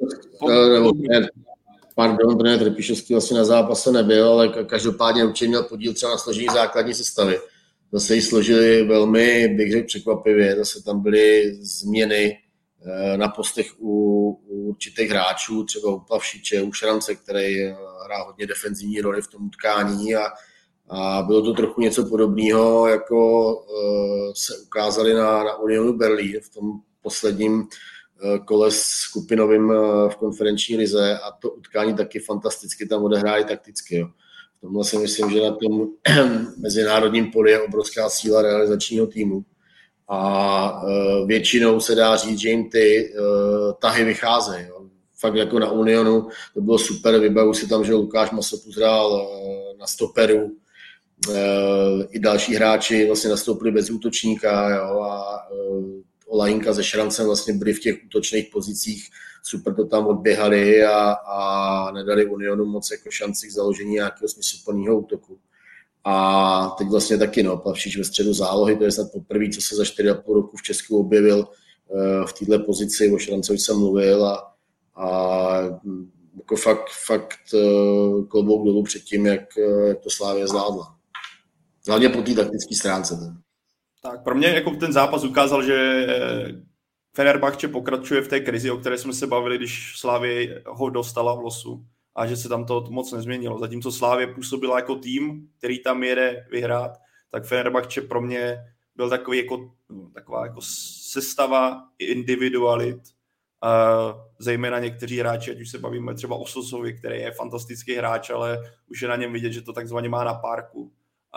Pardon, trenér Trpišovský vlastně na zápase nebyl, ale každopádně určitě měl podíl třeba na složení základní sestavy. Zase ji složili velmi, bych řekl, překvapivě. Zase tam byly změny na postech u určitých hráčů, třeba u Plavšiče, u Šrance, který hrá hodně defenzivní roli v tom utkání a bylo to trochu něco podobného, jako se ukázali na Unionu Berlín v tom posledním kole skupinovým v konferenční lize a to utkání taky fantasticky tam odehráli takticky. Jo. V tomhle si myslím, že na tom mezinárodním poli je obrovská síla realizačního týmu a většinou se dá říct, že jim ty tahy vycházejí. Jo. Fakt jako na Unionu to bylo super, vybavu si tam, že Lukáš Masopust hrál na stoperu, i další hráči vlastně nastoupili bez útočníka, jo, a Olajinka se Šrancem vlastně byli v těch útočných pozicích, super to tam odběhali a nedali Unionu moc jako šanci k založení nějakého smysluplného útoku. A teď vlastně taky Plavšič ve středu zálohy, to je snad poprvé, co se za 4,5 roku v Česku objevil v této pozici, o Šrancovi jsem mluvil a jako fakt klobouk dolů před tím, jak to Slavia zvládla. Hlavně po té taktické stránce. Tak pro mě jako ten zápas ukázal, že Fenerbahce pokračuje v té krizi, o které jsme se bavili, když Slavia ho dostala v losu a že se tam to moc nezměnilo. Zatímco Slavia působila jako tým, který tam jede vyhrát, tak Fenerbahce pro mě byl taková jako sestava individualit, zejména někteří hráči, ať už se bavíme třeba o Sosovi, který je fantastický hráč, ale už je na něm vidět, že to takzvaně má na párku.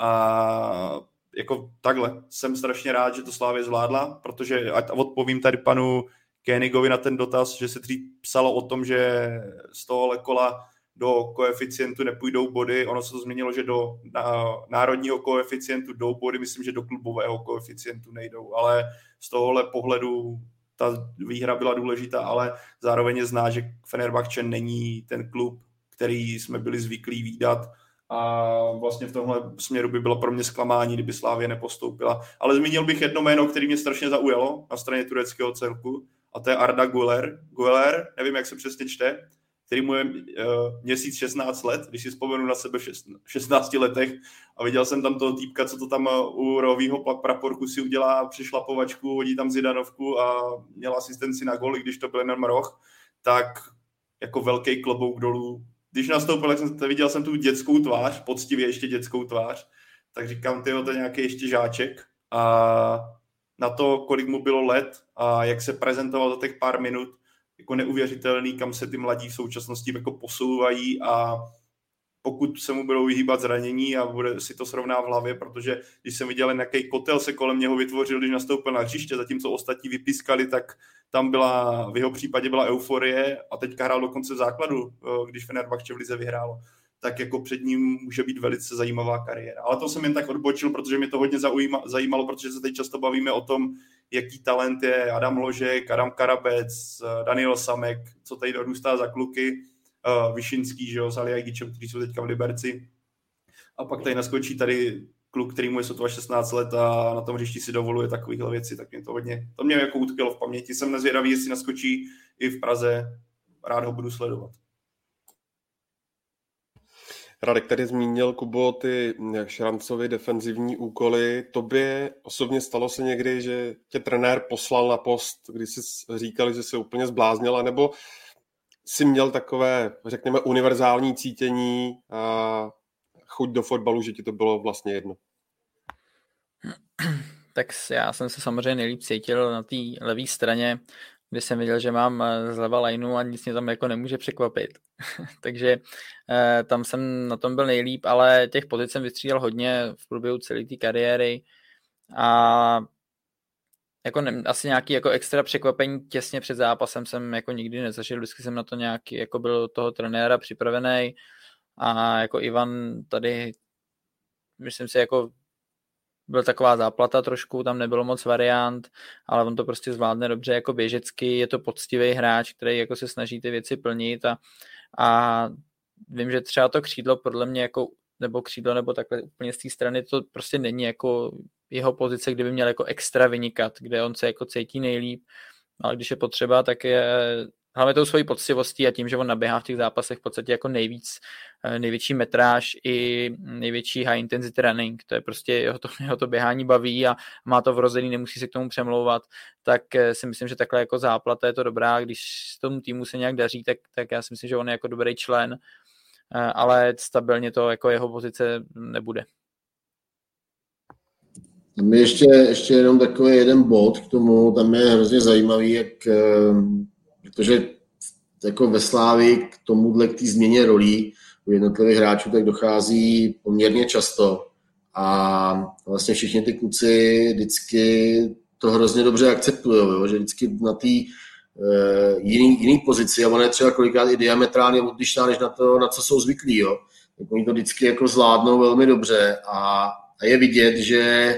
A jako takhle, jsem strašně rád, že to Slavia zvládla, protože, a odpovím tady panu Koenigovi na ten dotaz, že se dřív psalo o tom, že z tohohle kola do koeficientu nepůjdou body, ono se to změnilo, že do národního koeficientu jdou body, myslím, že do klubového koeficientu nejdou, ale z tohohle pohledu ta výhra byla důležitá, ale zároveň je znát, že Fenerbahce není ten klub, který jsme byli zvyklí vídat, a vlastně v tomhle směru by bylo pro mě zklamání, kdyby Slavia nepostoupila. Ale zmínil bych jedno jméno, které mě strašně zaujalo na straně tureckého celku, a to je Arda Güler. Güler, nevím, jak se přesně čte, který mu je měsíc 16 let, když si vzpomenu na sebe v 16 letech a viděl jsem tam toho týpka, co to tam u rohovýho praporku si udělá přešlapovačku, hodí tam zidanovku a měl asistenci na gól, když to byl jenom roh, tak jako velký klobouk dolů. Když nastoupil, tak viděl jsem tu dětskou tvář, poctivě ještě dětskou tvář, tak říkám, to je nějaký ještě žáček a na to, kolik mu bylo let a jak se prezentoval za těch pár minut, jako neuvěřitelný, kam se ty mladí v současnosti jako posouvají a pokud se mu budou vyhýbat zranění a bude si to srovná v hlavě, protože když jsem viděl, jaký kotel se kolem něho vytvořil, když nastoupil na hřiště, zatímco ostatní vypískali, tak tam byla, v jeho případě byla euforie a teďka hrál dokonce v základu, když Fenerbahce v lize vyhrálo, tak jako před ním může být velice zajímavá kariéra. Ale to jsem jen tak odbočil, protože mě to hodně zajímalo, protože se teď často bavíme o tom, jaký talent je Adam Ložek, Adam Karabec, Daniel Samek, co tady dorůstá za kluky, Vyšinský, že jo, s Aliagičem, kteří jsou teďka v Liberci. A pak tady naskočí tady kluk, který mu je sotva 16 let a na tom hřišti si dovoluje takovýhle věci, tak mě to mě jako utkvělo v paměti. Jsem nezvědavý, jestli naskočí i v Praze, rád ho budu sledovat. Radek tady zmínil, Kubo, ty Šrancovi defenzivní úkoly. Tobě osobně stalo se někdy, že tě trenér poslal na post, kdy jsi říkal, že se úplně zbláznila, nebo jsi měl takové, řekněme, univerzální cítění a chuť do fotbalu, že ti to bylo vlastně jedno? Tak já jsem se samozřejmě nejlíp cítil na té levé straně kdy jsem viděl, že mám zleva lineu a nic mě tam jako nemůže překvapit. Takže tam jsem na tom byl nejlíp, ale těch pozic jsem vystřídal hodně v průběhu celé té kariéry a jako asi nějaký jako extra překvapení těsně před zápasem jsem jako nikdy nezažil, vždycky jsem na to nějaký jako byl toho trenéra připravený a jako Ivan tady myslím si jako byl taková záplata trošku, tam nebylo moc variant, ale on to prostě zvládne dobře jako běžecky, je to poctivý hráč, který jako se snaží ty věci plnit a vím, že třeba to křídlo podle mě jako, nebo takhle úplně z té strany to prostě není jako jeho pozice, kde by měl jako extra vynikat, kde on se jako cítí nejlíp, ale když je potřeba, tak je hlavně tou svojí poctivostí a tím, že on naběhá v těch zápasech v podstatě jako největší metráž i největší high intensity running, to je prostě jeho to běhání baví a má to vrozený, nemusí se k tomu přemlouvat, tak si myslím, že takhle jako záplata je to dobrá, když tomu týmu se nějak daří, tak já si myslím, že on je jako dobrý člen, ale stabilně to jako jeho pozice nebude. Tam je ještě jenom takový jeden bod k tomu, tam je hrozně zajímavý, protože jako ve Slávii k tomuhle, k té změně rolí u jednotlivých hráčů, tak dochází poměrně často a vlastně všichni ty kluci vždycky to hrozně dobře akceptují, že vždycky na té jiný pozici a ona je třeba kolikrát i diametrálně odlišná než na co jsou zvyklí, jo. Tak oni to vždycky jako zvládnou velmi dobře a je vidět, že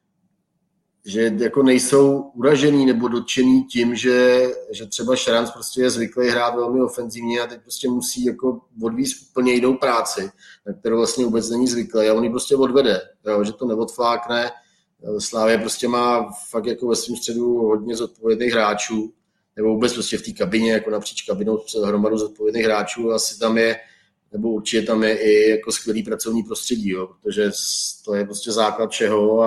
jako nejsou uražený nebo dotčený tím, že třeba Šranc prostě je zvyklý hrát velmi ofenzivně a teď prostě musí jako odvízt úplně jinou práci, na kterou vlastně vůbec není zvyklý a on ji prostě odvede, jo, že to neodflákne. Slávě prostě má fakt jako ve svém středu hodně zodpovědných hráčů, nebo vůbec prostě v té kabině, jako napříč kabinou hromadu zodpovědných hráčů, asi tam je, nebo určitě tam je i jako skvělý pracovní prostředí, jo, protože to je prostě základ všeho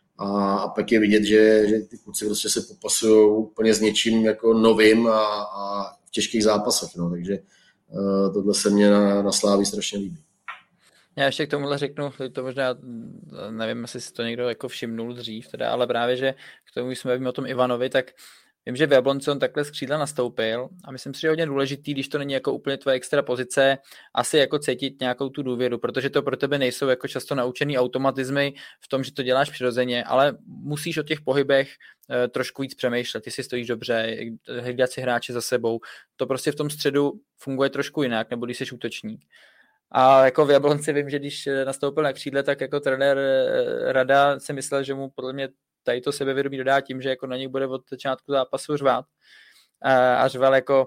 a pak je vidět, že ty kluci prostě se popasují úplně s něčím jako novým a v těžkých zápasech, no, takže tohle se mě na Slávii strašně líbí. Já ještě k tomuhle řeknu, to možná, nevím, jestli si to někdo jako všimnul dřív, teda, ale právě, že k tomu, když jsme bavili o tom Ivanovi, tak vím, že v Jablonci on takhle z křídla nastoupil a myslím si, že je hodně důležitý, když to není jako úplně tvoje extra pozice, asi jako cítit nějakou tu důvěru, protože to pro tebe nejsou jako často naučený automatizmy v tom, že to děláš přirozeně, ale musíš o těch pohybech trošku víc přemýšlet, jestli stojíš dobře, hlídat si hráče za sebou. To prostě v tom středu funguje trošku jinak, nebo když jsi útočník. A jako v Jablonci vím, že když nastoupil na křídle, tak jako trenér Rada si myslel, že mu podle mě tady to sebevědomí dodá tím, že jako na něj bude od začátku zápasu řvát. A řval jako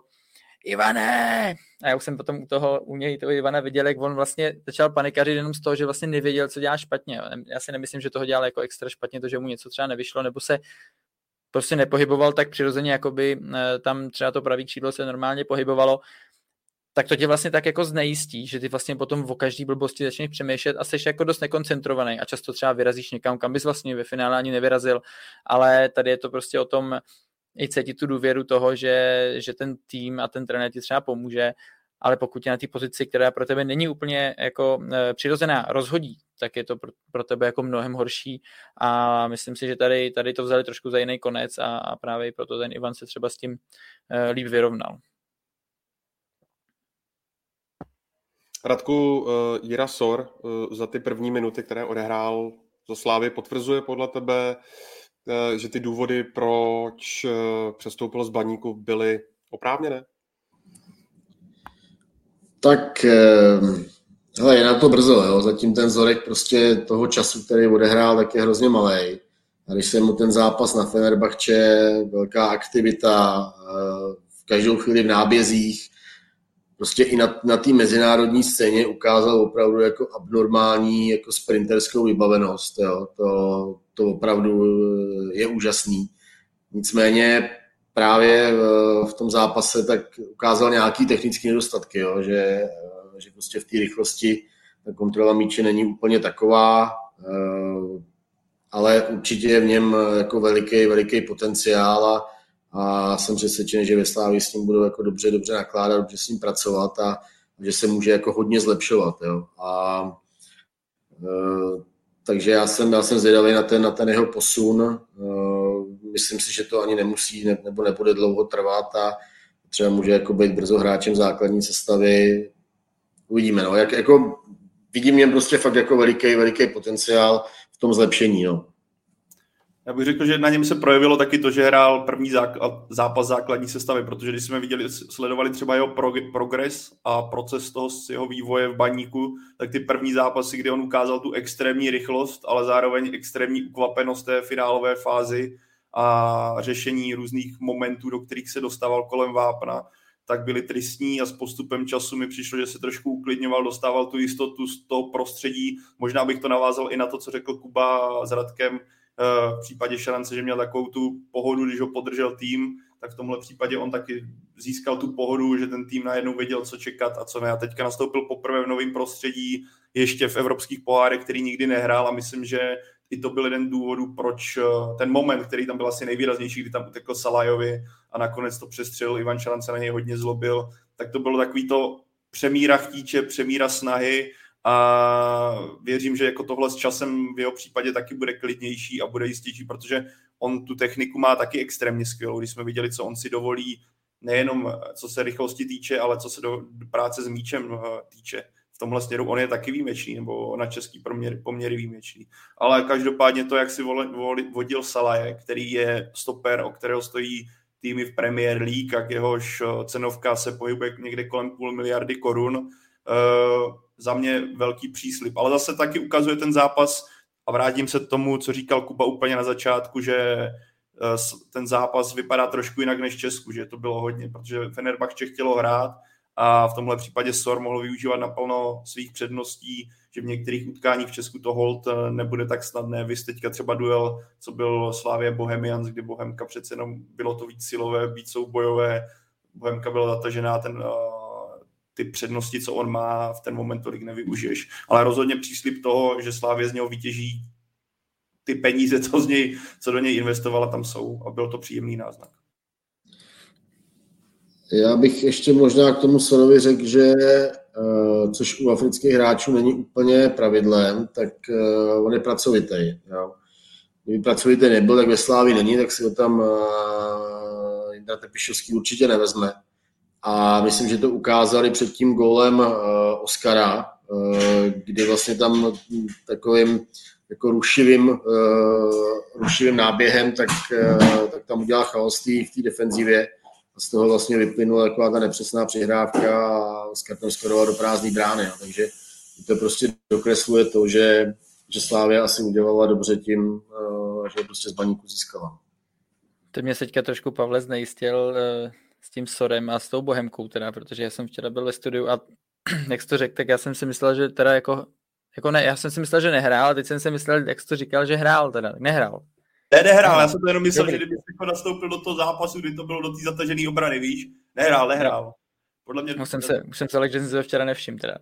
Ivane! A já už jsem potom u něj toho Ivana viděl, jak on vlastně začal panikařit jenom z toho, že vlastně nevěděl, co dělá špatně. Já si nemyslím, že toho dělal jako extra špatně, to, že mu něco třeba nevyšlo, nebo se prostě nepohyboval tak přirozeně, jako by tam třeba to pravý křídlo se normálně pohybovalo, tak to tě vlastně tak jako znejistí, že ty vlastně potom o každý blbosti začneš přemýšlet a seš jako dost nekoncentrovaný a často třeba vyrazíš někam, kam bys vlastně ve finále ani nevyrazil, ale tady je to prostě o tom i cítit tu důvěru toho, že ten tým a ten trenér ti třeba pomůže, ale pokud je na té pozici, která pro tebe není úplně jako přirozená, rozhodí, tak je to pro tebe jako mnohem horší a myslím si, že tady to vzali trošku za jiný konec a právě proto ten Ivan se třeba s tím líp vyrovnal. Radku, Jira Sor za ty první minuty, které odehrál za Slávy, potvrzuje podle tebe, že ty důvody, proč přestoupil z Baníku, byly oprávněné? Tak hele, je na to brzo, jo. Zatím ten Zorek prostě toho času, který odehrál, tak je hrozně malej. A když se mu ten zápas na Fenerbahče, velká aktivita, v každou chvíli v nábězích, prostě i na té mezinárodní scéně ukázal opravdu jako abnormální jako sprinterskou vybavenost. Jo. To opravdu je úžasný. Nicméně právě v tom zápase tak ukázal nějaký technický nedostatky, jo, že prostě v té rychlosti ta kontrola míče není úplně taková, ale určitě je v něm jako veliký potenciál a jsem přesvědčený, že ve Slávii s ním budou jako dobře nakládat, dobře s ním pracovat a že se může jako hodně zlepšovat. Jo. Takže já jsem zvědavý na ten jeho posun. myslím si, že to ani nemusí nebo nebude dlouho trvat a třeba může jako být brzo hráčem základní sestavy. Uvidíme, no. Jako vidím mě prostě fakt jako veliký potenciál v tom zlepšení, no. Já bych řekl, že na něm se projevilo taky to, že hrál první zápas základní sestavy, protože když jsme sledovali třeba jeho progres a proces toho jeho vývoje v Baníku, tak ty první zápasy, kdy on ukázal tu extrémní rychlost, ale zároveň extrémní ukvapenost té finálové fázy a řešení různých momentů, do kterých se dostával kolem vápna, tak byly tristní a s postupem času mi přišlo, že se trošku uklidňoval, dostával tu jistotu z toho prostředí. Možná bych to navázal i na to, co řekl Kuba s Radkem, v případě Šarance, že měl takovou tu pohodu, když ho podržel tým, tak v tomhle případě on taky získal tu pohodu, že ten tým najednou věděl, co čekat a co ne. A teďka nastoupil poprvé v novém prostředí, ještě v evropských pohárech, který nikdy nehrál a myslím, že i to byl jeden důvodů, proč ten moment, který tam byl asi nejvýraznější, kdy tam utekl Salajovi a nakonec to přestřelil, Ivan Šarance na něj hodně zlobil, tak to bylo takový to přemíra chtíče, přemíra snahy a věřím, že jako tohle s časem v jeho případě taky bude klidnější a bude jistější, protože on tu techniku má taky extrémně skvělou. Když jsme viděli, co on si dovolí, nejenom co se rychlosti týče, ale co se do práce s míčem týče. V tomhle směru on je taky výjimečný, nebo na český poměry výjimečný. Ale každopádně to, jak si vodil Salaje, který je stoper, o kterého stojí týmy v Premier League, a jehož cenovka se pohybuje někde kolem 500 miliardy korun, za mě velký příslib. Ale zase taky ukazuje ten zápas a vrátím se k tomu, co říkal Kuba úplně na začátku, že ten zápas vypadá trošku jinak než v Česku, že to bylo hodně, protože Fenerbahče chtělo hrát a v tomhle případě SOR mohl využívat naplno svých předností, že v některých utkáních v Česku to hold nebude tak snadné. Vy teďka třeba duel, co byl Slavia Bohemians, kdy Bohemka přece jenom bylo to víc silové, víc soubojové, Bohemka byla zatažená, ty přednosti, co on má, v ten moment tolik nevyužiješ. Ale rozhodně příslib toho, že Slavia z něho vytěží ty peníze, co do něj investovala, tam jsou a byl to příjemný náznak. Já bych ještě možná k tomu Sorovi řekl, že což u afrických hráčů není úplně pravidlem, tak on je pracovitý. Jo. Kdyby pracovitý nebyl, tak ve Slávii není, tak si ho tam Jindra Trpišovský určitě nevezme. A myslím, že to ukázali před tím gólem Oskara, kdy vlastně tam takovým jako rušivým náběhem, tak tam udělal chaos v té defenzivě. A z toho vlastně vyplynula taková ta nepřesná přihrávka a Oskar tam skoroval do prázdné brány. No. Takže to prostě dokresluje to, že Slavia asi udělala dobře tím, že prostě z Baníku získala. To mě teďka trošku Pavle znejistil s tím Sorem a s tou Bohemkou teda, protože já jsem včera byl ve studiu a jak jsi to řekl, tak já jsem si myslel, že teda jako ne, já jsem si myslel, že nehrál, a teď jsem si myslel, jak jsi to říkal, že hrál teda, nehrál. Nehrál, já jsem to jenom myslel, že kdyby se nastoupil do toho zápasu, kdy to bylo do té zatažené obrany, víš? Nehrál. Podle mě... Už jsem se ale, že jsem se včera nevšiml teda.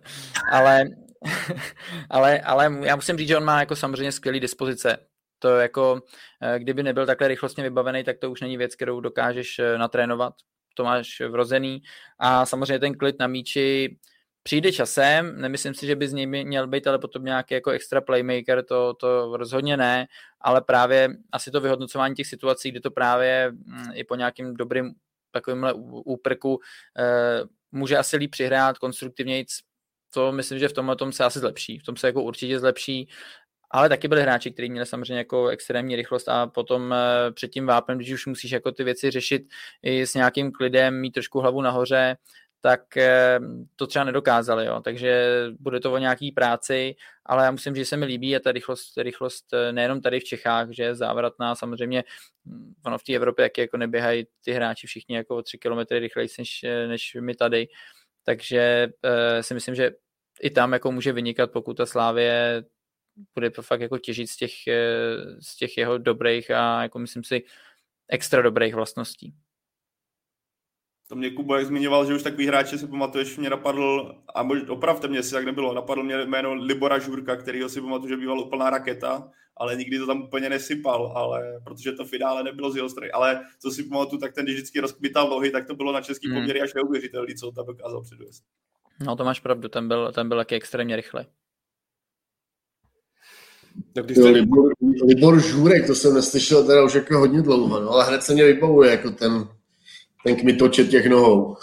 Ale já musím říct, že on má jako samozřejmě skvělý dispozice. To jako, kdyby nebyl takhle rychlostně vybavený, tak to už není věc, kterou dokážeš natrénovat. To máš vrozený. A samozřejmě ten klid na míči přijde časem, nemyslím si, že by z něj měl být, ale potom nějaký jako extra playmaker, to rozhodně ne, ale právě asi to vyhodnocování těch situací, kdy to právě i po nějakým dobrým takovýmhle úprku může asi líp přihrát, konstruktivnějc, to myslím, že v tomhle tom se asi zlepší, v tom se jako určitě zlepší, ale taky byli hráči, kteří měli samozřejmě jako extrémní rychlost a potom před tím vápnem, když už musíš jako ty věci řešit i s nějakým klidem, mít trošku hlavu nahoře, tak to třeba nedokázali, jo. Takže bude to o nějaký práci, ale já musím říct, že se mi líbí a ta rychlost nejenom tady v Čechách, že je závratná, samozřejmě ono v té Evropě, jak jako neběhají ty hráči všichni jako o 3 kilometry rychleji než my tady, takže si myslím, že i tam jako může vynikat, pokud ta Slavie bude fakt jako těžit z těch jeho dobrých a jako myslím si extra dobrých vlastností. To mě Kuba, jak zmiňoval, že už takový hráče si pamatuješ, mě napadl, a opravte mě, jestli tak nebylo, napadl mě jméno Libora Žurka, kterýho si pamatuju, že býval úplná raketa, ale nikdy to tam úplně nesypal, ale protože to finále nebylo z jeho strany. Ale co si pamatuju, tak ten, když vždycky rozkmital nohy, tak to bylo na český poměry až neuvěřitelný, co tam dokázal předvést. No to máš pravdu, ten byl taky extrémně rychle. Libor Žůrek, to jsem neslyšel teda už jako hodně dlouho, no, ale hned se mě vybavuje jako ten kmitočet těch nohou.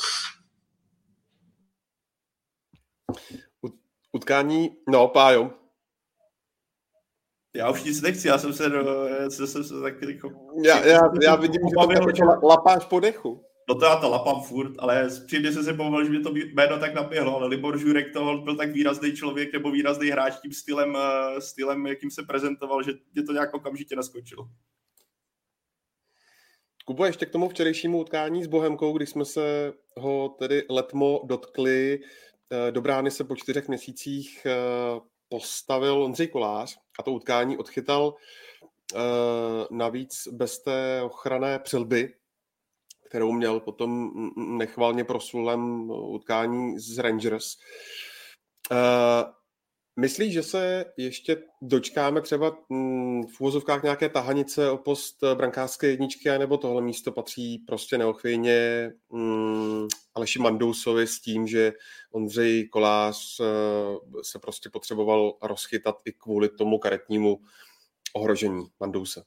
Utkání, no, Pájo. Já už nic nechci, já jsem se tak jako... Já vidím, že to lapáš po dechu. No to já to lapám furt, ale přímě jsem se povolil, že mi to jméno tak naběhlo, ale Libor Žurek to byl tak výrazný člověk nebo výrazný hráč tím stylem, jakým se prezentoval, že mě to nějak okamžitě naskočilo. Kubo, ještě k tomu včerejšímu utkání s Bohemkou, když jsme se ho tedy letmo dotkli, do brány se po 4 měsících postavil Ondřej Kolář a to utkání odchytal navíc bez té ochranné přilby, kterou měl potom nechvalně proslulém utkání z Rangers. Myslíš, že se ještě dočkáme třeba v uvozovkách nějaké tahanice o post brankářské jedničky, nebo tohle místo patří prostě neochvějně Aleši Mandousovi s tím, že Ondřej Kolář se prostě potřeboval rozchytat i kvůli tomu karetnímu ohrožení Mandouse?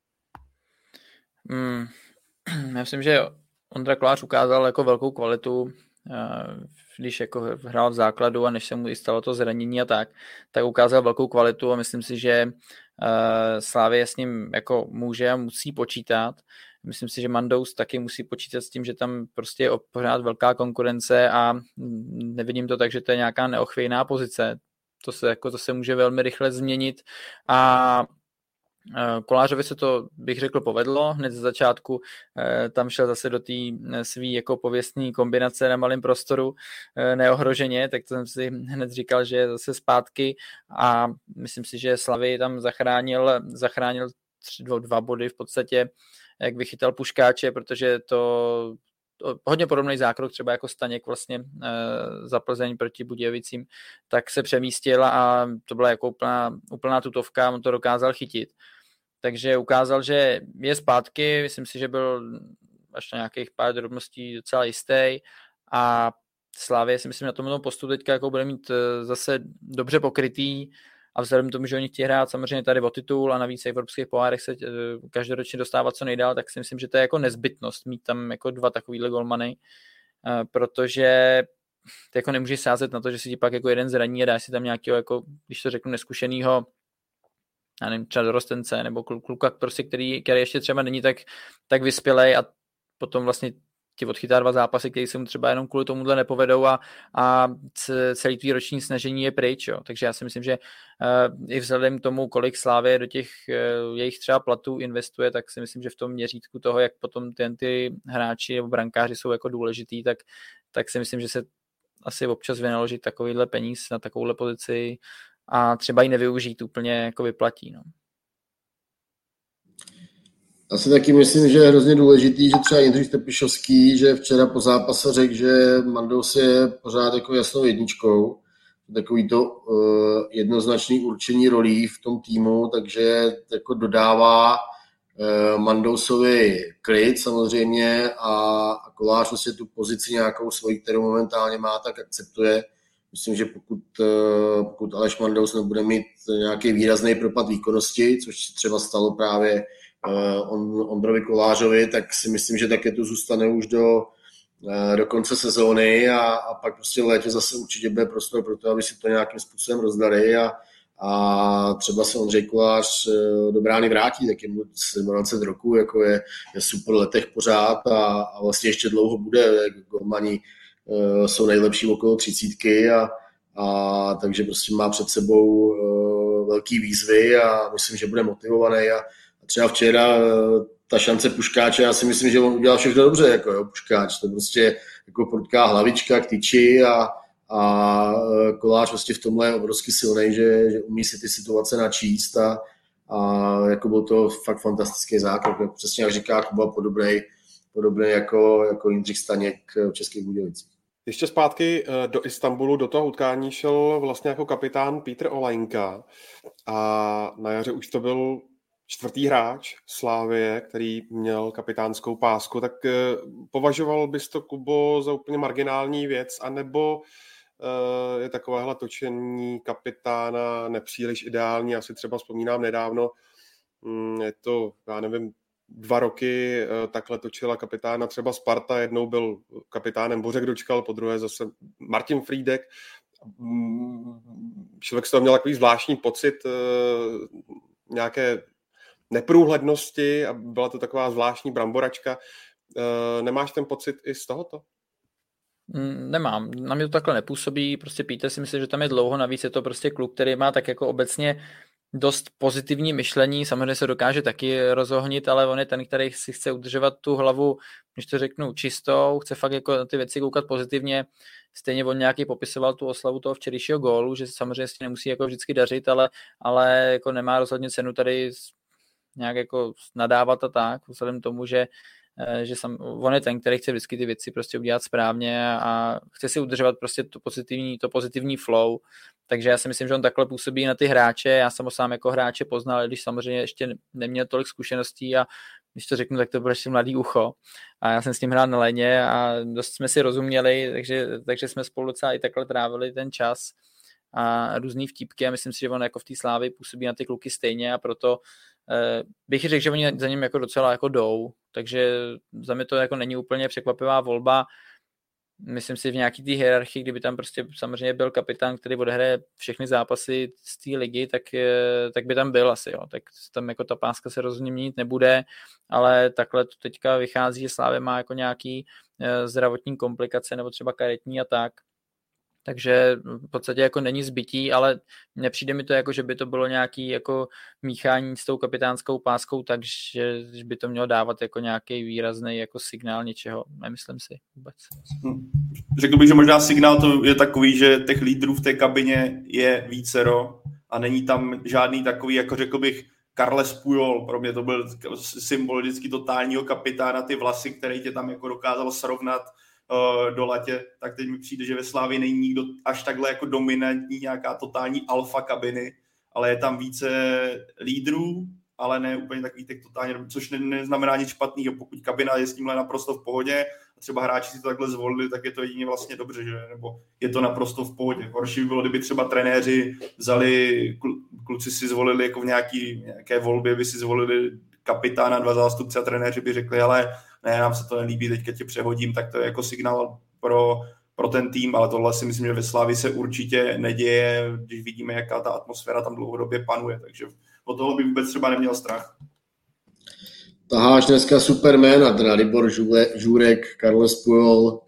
Já myslím, že Ondra Kolář ukázal jako velkou kvalitu, když jako hrál v základu a než se mu i stalo to zranění a tak ukázal velkou kvalitu a myslím si, že Slavia s ním jako může a musí počítat. Myslím si, že Mandous taky musí počítat s tím, že tam prostě je pořád velká konkurence a nevidím to tak, že to je nějaká neochvějná pozice. To se může velmi rychle změnit a Kolářovi se to, bych řekl, povedlo. Hned ze začátku tam šel zase do té svý jako pověstní kombinace na malém prostoru neohroženě, tak to jsem si hned říkal, že je zase zpátky a myslím si, že Slavii tam zachránil 2 body v podstatě, jak vychytal Puškáče, protože to hodně podobný zákrok, třeba jako Staněk vlastně za Plzeň proti Budějovicím, tak se přemístil a to byla jako úplná tutovka, on to dokázal chytit. Takže ukázal, že je zpátky, myslím si, že byl až na nějakých pár drobností docela jistý a Slavie si myslím na tom postu teďka jako bude mít zase dobře pokrytý a vzhledem k tomu, že oni chtějí hrát samozřejmě tady o titul a navíc v evropských pohárech se každoročně dostávat co nejdál, tak si myslím, že to je jako nezbytnost mít tam jako 2 takovýhle golmany, protože ty jako nemůžeš sázet na to, že si ti pak jako jeden zraní a dáš si tam nějakého, jako, když to řeknu, neskušenýho, já nevím, třeba dorostence nebo kluka, prostě, který ještě třeba není tak vyspělej a potom vlastně ti odchytá 2 zápasy, které se mu třeba jenom kvůli tomuhle nepovedou a celý tvý roční snažení je pryč. Jo. Takže já si myslím, že i vzhledem k tomu, kolik Slavie do těch jejich třeba platů investuje, tak si myslím, že v tom měřítku toho, jak potom ty hráči nebo brankáři jsou jako důležitý, tak si myslím, že se asi občas vynaložit takovýhle peníz na takovouhle pozici a třeba ji nevyužít úplně jako vyplatí. No. Asi taky myslím, že je hrozně důležitý, že třeba Jindřich Trpišovský, že včera po zápase řekl, že Mandous je pořád jako jasnou jedničkou. Takový to jednoznačný určení rolí v tom týmu, takže jako dodává Mandousovi klid samozřejmě a Kolář vlastně tu pozici nějakou svoji, kterou momentálně má, tak akceptuje. Myslím, že pokud Aleš Mandous nebude mít nějaký výrazný propad výkonnosti, což se třeba stalo právě Ondrovi Kolářovi, tak si myslím, že také to zůstane už do konce sezóny a pak prostě v létě zase určitě bude prostor pro to, aby si to nějakým způsobem rozdali a třeba se Ondřej Kolář do brány vrátí, tak je mu 27 roku, jako je super letech pořád a vlastně ještě dlouho bude, golmani jsou nejlepší okolo 30 a takže prostě má před sebou velký výzvy a myslím, že bude motivovaný a třeba včera ta šance Puškáče, já si myslím, že on udělal všechno dobře, jako jo, Puškáč, to prostě jako prudká hlavička k tyči a Kolář vlastně v tomhle je obrovsky silný, že umí si ty situace načíst a jako byl to fakt fantastický zákrok, přesně jak říká Kuba, podobný jako Jindřich Staněk v Českých Budějovicích. Ještě zpátky do Istanbulu, do toho utkání šel vlastně jako kapitán Petr Olajnka a na jaře už to byl 4. hráč Slavie, který měl kapitánskou pásku, tak považoval bys to, Kubo, za úplně marginální věc, anebo je takovéhle točení kapitána nepříliš ideální. Já si třeba vzpomínám nedávno, je to, já nevím, 2 roky takhle točila kapitána třeba Sparta, jednou byl kapitánem Bořek Dočkal, po druhé zase Martin Frýdek. Člověk z toho měl takový zvláštní pocit nějaké neprůhlednosti a byla to taková zvláštní bramboračka. Nemáš ten pocit i z tohoto? Nemám, na mě to takhle nepůsobí, prostě Peter si myslím, že tam je dlouho, navíc je to prostě kluk, který má tak jako obecně dost pozitivní myšlení, samozřejmě se dokáže taky rozohnit, ale on je ten, který si chce udržovat tu hlavu, když to řeknu, čistou, chce fakt jako ty věci koukat pozitivně, stejně on nějaký popisoval tu oslavu toho včerejšího gólu, že samozřejmě si nemusí jako vždycky dařit, ale jako nemá rozhodně cenu tady nějak jako nadávat a tak, vzhledem tomu, že on je ten, který chce vždycky ty věci prostě udělat správně a chce si udržovat prostě to pozitivní flow, takže já si myslím, že on takhle působí na ty hráče, já jsem ho sám jako hráče poznal, když samozřejmě ještě neměl tolik zkušeností a když to řeknu, tak to byl ještě mladý ucho a já jsem s tím hrál na léně a dost jsme si rozuměli, takže jsme spolu docela i takhle trávili ten čas a různý vtípky a myslím si, že on jako v té Slávii působí na ty kluky stejně a proto bych řekl, že oni za ním jako docela jako jdou, takže za mě to jako není úplně překvapivá volba. Myslím si v nějaký té hierarchii, kdyby tam prostě samozřejmě byl kapitán, který odehraje všechny zápasy z té ligy, tak by tam byl asi, jo. Tak tam jako ta páska se rozhodně měnit nebude, ale takhle to teďka vychází, že Slavia má jako nějaký zdravotní komplikace nebo třeba karetní a tak. Takže v podstatě jako není zbytí, ale nepřijde mi to jako, že by to bylo nějaký jako míchání s tou kapitánskou páskou, takže by to mělo dávat jako nějaký výrazný jako signál něčeho, nemyslím si vůbec. Řekl bych, že možná signál to je takový, že těch lídrů v té kabině je vícero a není tam žádný takový, jako řekl bych, Carles Puyol, pro mě to byl symbol vždycky totálního kapitána, ty vlasy, který tě tam jako dokázal srovnat do latě, tak teď mi přijde, že ve Slávii není nikdo až takhle jako dominantní, nějaká totální alfa kabiny, ale je tam více lídrů, ale ne úplně takový tak totálně, což neznamená nic špatného, pokud kabina je s tímhle naprosto v pohodě a třeba hráči si to takhle zvolili, tak je to jedině vlastně dobře, že? Nebo je to naprosto v pohodě. Horší by bylo, kdyby třeba trenéři vzali, kluci si zvolili jako v nějaké volbě, by si zvolili kapitána, 2 zástupce a trenéři by řekli, ale ne, nám se to nelíbí, teďka tě přehodím, tak to je jako signál pro ten tým, ale tohle si myslím, že ve Slavii se určitě neděje, když vidíme, jaká ta atmosféra tam dlouhodobě panuje, takže o toho by vůbec třeba neměl strach. Taháš dneska superména, teda Libor Žurek, Carles Puyol.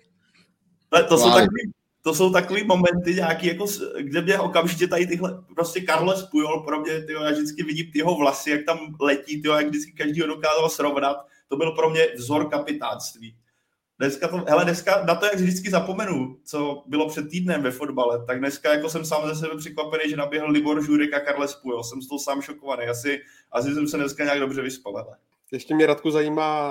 To jsou takový momenty nějaký, jako, kde mě okamžitě tady tyhle, prostě Carles Puyol, pro mě, tyjo, já vždycky vidím tyho vlasy, jak tam letí, tyjo, jak vždycky každý ho dokázal srovnat, to byl pro mě vzor kapitánství. Dneska na to, jak vždycky zapomenu, co bylo před týdnem ve fotbale, tak dneska jako jsem sám ze sebe překvapený, že naběhl Libor Žurek a Carles Puyol. Jsem z toho sám šokovaný. Asi jsem se dneska nějak dobře vyspal. Ještě mě, Radku, zajímá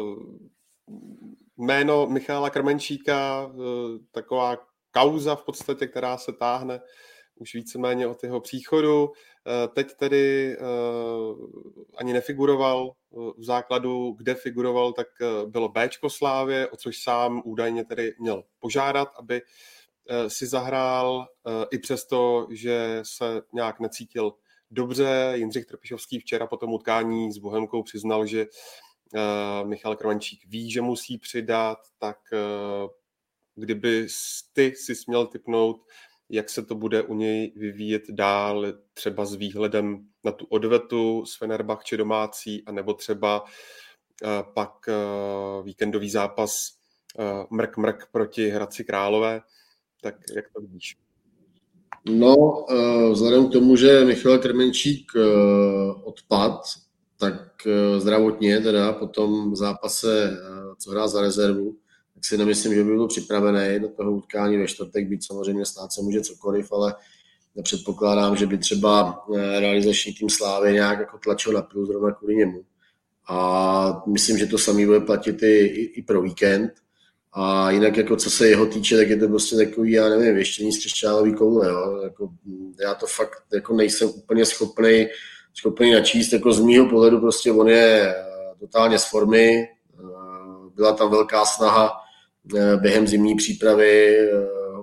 jméno Michala Krmenčíka, taková kauza v podstatě, která se táhne už víceméně od jeho příchodu. Teď tedy ani nefiguroval v základu, kde figuroval, tak bylo Bčko Slávie, o což sám údajně tedy měl požádat, aby si zahrál, i přesto, že se nějak necítil dobře. Jindřich Trpišovský včera po tom utkání s Bohemkou přiznal, že Michal Krmenčík ví, že musí přidat, tak kdyby ty si směl tipnout, jak se to bude u něj vyvíjet dál, třeba s výhledem na tu odvetu s Fenerbahče domácí, anebo třeba pak víkendový zápas mrk proti Hradci Králové, tak jak to vidíš? No, vzhledem k tomu, že Michal Krmenčík odpad, tak zdravotně teda po tom zápase, co hrál za rezervu, tak si nemyslím, že by byl připravený do toho utkání ve čtvrtek, být samozřejmě stát se může cokoliv, ale nepředpokládám, že by třeba realizační tým Slávy nějak jako tlačil na plus zrovna kvůli němu. A myslím, že to samý bude platit i pro víkend. A jinak, jako co se jeho týče, tak je to prostě takový, já nevím, věštění z křišťálový koule. Jo? Jako, já to fakt jako nejsem úplně schopný načíst. Jako z mýho pohledu prostě on je totálně z formy. Byla tam velká snaha během zimní přípravy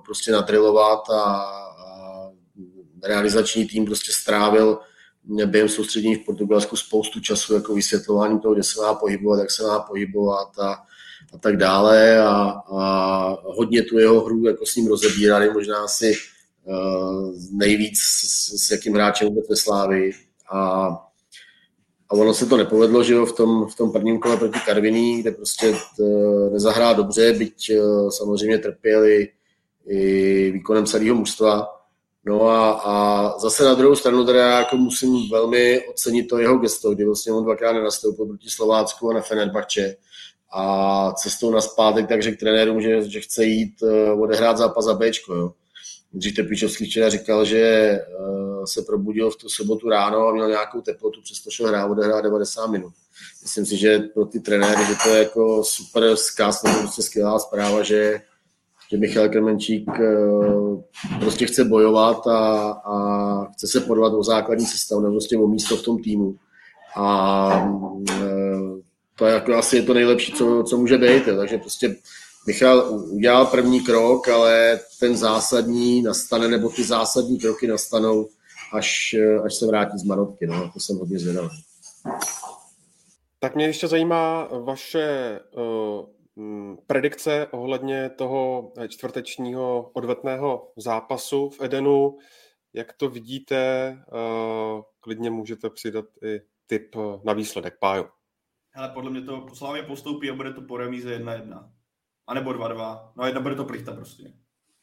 ho prostě nadrilovat a realizační tým prostě strávil během soustředění v Portugalsku spoustu času jako vysvětlováním toho, kde se má pohybovat, jak se má pohybovat a tak dále a hodně tu jeho hru jako s ním rozebírali, možná asi nejvíc s jakým hráčem vůbec ve Slávii a ono se to nepovedlo, že jo, v tom prvním kole proti Karviní, kde prostě nezahrál dobře, byť samozřejmě trpěli i výkonem celého mužstva. No a zase na druhou stranu teda jako musím velmi ocenit to jeho gesto, kdy vlastně on dvakrát nenastoupil proti Slovácku a na Fenerbahče a cestou nazpátek tak řekl trenérům, že chce jít odehrát zápas za Bčko, jo. Dřív Tepličovský včera říkal, že se probudil v tu sobotu ráno a měl nějakou teplotu, přesto šel odehrát 90 minut. Myslím si, že pro ty trenéry, že to je jako super vzkaz, nebo prostě skvělá zpráva, že Michal Krmenčík prostě chce bojovat a chce se podvat o základní sestavu, nebo prostě o místo v tom týmu. A to je jako asi to nejlepší, co může být. Takže prostě Michal udělal první krok, ale ten zásadní nastane, nebo ty zásadní kroky nastanou, až se vrátí z Marotky. No, to jsem hodně zvědavý. Tak mě ještě zajímá vaše predikce ohledně toho čtvrtečního odvetného zápasu v Edenu. Jak to vidíte? Klidně můžete přidat i tip na výsledek, Pájo. Hele, podle mě to Slávě postoupí a bude to po remíze 1-1. A nebo 2-2. No 1 bude to plichta prostě.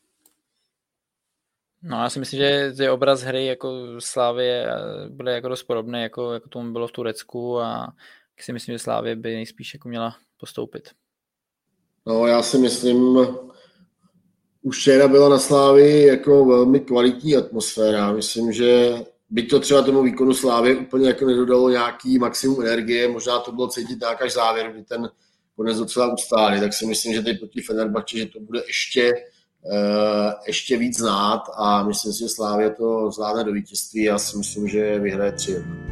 No já si myslím, že je obraz hry jako Slávie bude jako dost podobný, jako tomu bylo v Turecku a si myslím, že Slávie by nejspíš jako měla postoupit. No já si myslím, už včera byla na Slávii jako velmi kvalitní atmosféra. Myslím, že byť to třeba tomu výkonu Slávie úplně jako nedodalo nějaký maximum energie, možná to bylo cítit tak až závěr, kdy ten konec docela ustáli, tak si myslím, že teď proti Fenerbahče, že to bude ještě víc znát a myslím si, že Slávě to zvládne do vítězství. Já si myslím, že vyhraje 3-1.